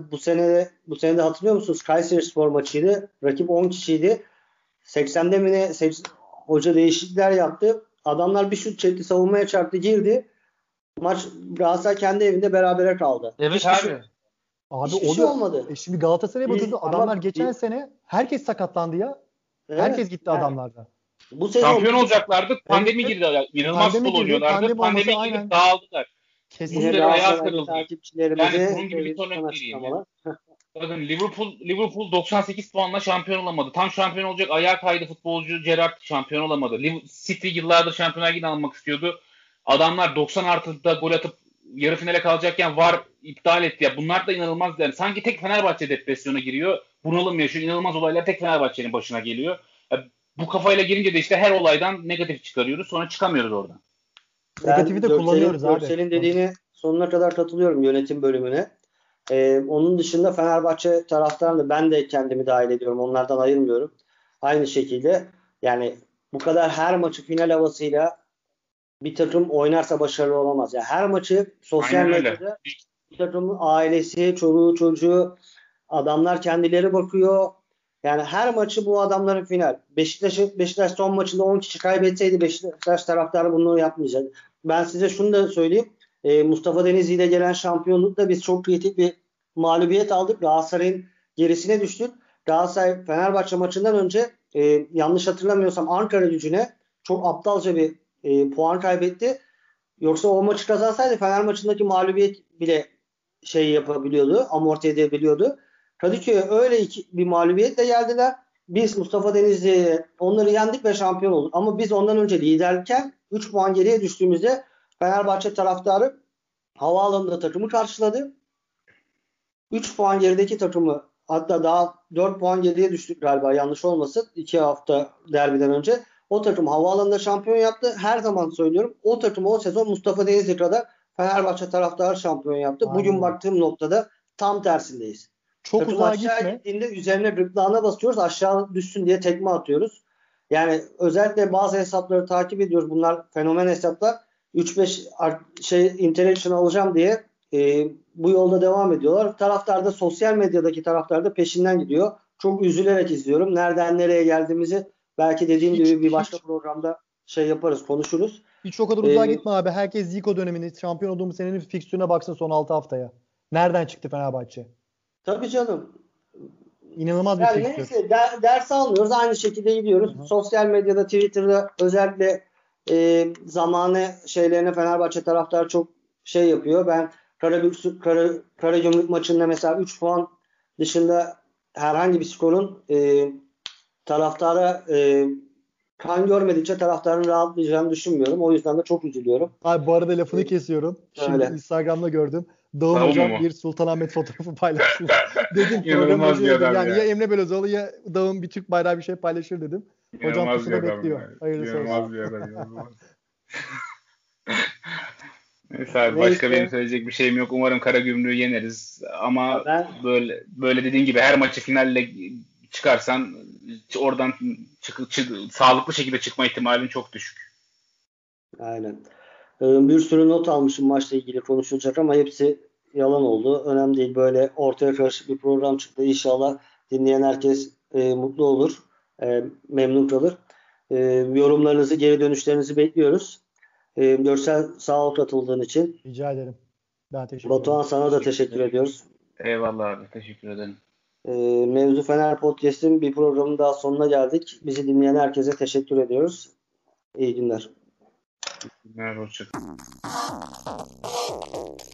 bu sene de hatırlıyor musunuz? Kayserispor maçıydı. Rakip 10 kişiydi. 80'de mi ne hoca değişiklikler yaptı. Adamlar bir şut çekti, savunmaya çarptı, girdi. Maç Galatasaray kendi evinde berabere kaldı. Evet abi. Hiçbir şey olmadı. Şimdi Galatasaray'a bakıyorsun. Adamlar geçen sene herkes sakatlandı ya. Evet, herkes gitti yani, adamlardan. Bu sezon şampiyon olacaklardı. Pandemi girdi. İnanılmaz futbol oynuyorlardı. Pandemi girdi, dağıldılar. Kesinlikle ayağa kırıldı. Yani bunun gibi bir son ekleyeyim. Bakın Liverpool 98 puanla şampiyon olamadı. Tam şampiyon olacak ayağa kaydı futbolcu Gerrard şampiyon olamadı. City yıllardır Şampiyonlar Ligi'ni almak istiyordu. Adamlar 90 artıda gol atıp yarı finale kalacakken VAR iptal etti ya. Bunlar da inanılmaz yani. Sanki tek Fenerbahçe depresyona giriyor. Bunalım yaşıyor. İnanılmaz olaylar tek Fenerbahçe'nin başına geliyor. Bu kafayla girince de işte her olaydan negatif çıkarıyoruz. Sonra çıkamıyoruz oradan. Negatifi de kullanıyoruz abi. Görsel'in dediğine sonuna kadar katılıyorum, yönetim bölümüne. Onun dışında Fenerbahçe taraftarını ben de kendimi dahil ediyorum. Onlardan ayırmıyorum. Aynı şekilde yani bu kadar her maçı final havasıyla bir takım oynarsa başarılı olamaz. Yani her maçı sosyal medyada bir takımın ailesi, çoluğu, çocuğu, adamlar kendileri bakıyor. Yani her maçı bu adamların final. Beşiktaş son maçında 10 kişi kaybetseydi Beşiktaş taraftarı bunu yapmayacak. Ben size şunu da söyleyeyim. Mustafa Denizli ile gelen şampiyonlukta biz çok kritik bir mağlubiyet aldık. Galatasaray'ın gerisine düştük. Galatasaray Fenerbahçe maçından önce yanlış hatırlamıyorsam Ankaragücü'ne çok aptalca bir puan kaybetti. Yoksa o maçı kazansaydı Fener maçındaki mağlubiyet bile yapabiliyordu. Amorti edebiliyordu. Kadıköy'e öyle bir mağlubiyetle geldiler. Biz Mustafa Denizli'ye onları yendik ve şampiyon olduk. Ama biz ondan önce liderken 3 puan geriye düştüğümüzde Fenerbahçe taraftarı havaalanında takımı karşıladı. 3 puan gerideki takımı, hatta daha 4 puan geriye düştük galiba yanlış olmasın. 2 hafta derbiden önce. O takım havaalanında şampiyon yaptı. Her zaman söylüyorum. O takım o sezon Mustafa Denizli kadar Fenerbahçe taraftarı şampiyon yaptı. Aynen. Bugün baktığım noktada tam tersindeyiz. Çok takım uzağa gitme. Gittiğinde üzerine gırtlağına basıyoruz. Aşağı düşsün diye tekme atıyoruz. Yani özellikle bazı hesapları takip ediyoruz. Bunlar fenomen hesaplar. 3-5 interaction alacağım diye bu yolda devam ediyorlar. Taraftar da, sosyal medyadaki taraftar da peşinden gidiyor. Çok üzülerek izliyorum. Nereden nereye geldiğimizi belki dediğim gibi bir başka programda yaparız, konuşuruz. Hiç o kadar uzağa gitme abi. Herkes Zico dönemini, şampiyon olduğumuz senenin fikstürüne baksın son 6 haftaya. Nereden çıktı Fenerbahçe? Tabii canım. İnanılmaz bir fikstür. Neyse, ders almıyoruz. Aynı şekilde gidiyoruz. Hı-hı. Sosyal medyada, Twitter'da özellikle zamanı şeylerine Fenerbahçe taraftarı çok yapıyor. Ben Karagümrük maçında mesela 3 puan dışında herhangi bir skorun taraftara kan görmedikçe taraftarın rahatlayacağını düşünmüyorum. O yüzden de çok üzülüyorum. Abi bu arada lafını kesiyorum. Şimdi Instagram'da gördüm. Doğum Hocam bir Sultanahmet fotoğrafı paylaştı. Dedim İnanılmaz bir adam yani ya Emre Belözoğlu ya Dağım bir Türk bayrağı bir şey paylaşır dedim. Hocam pusula bekliyor. Yani. Hayırlısı olsun. İnanılmaz bir adam. Neyse abi, başka benim söyleyecek bir şeyim yok. Umarım Karagümrük'ü yeneriz. Ama böyle dediğin gibi her maçı finalle çıkarsan oradan sağlıklı şekilde çıkma ihtimalin çok düşük. Aynen. Bir sürü not almışım maçla ilgili konuşulacak ama hepsi yalan oldu. Önemli değil. Böyle ortaya karışık bir program çıktı. İnşallah dinleyen herkes mutlu olur. Memnun kalır. Yorumlarınızı, geri dönüşlerinizi bekliyoruz. Görsel sağ ol katıldığın için. Rica ederim. Ben teşekkür ederim. Batuhan sana da teşekkür ediyoruz. Eyvallah abi. Teşekkür ederim. Mevzu Fener Podcast'in bir programın daha sonuna geldik. Bizi dinleyen herkese teşekkür ediyoruz. İyi günler. Hoşçakalın.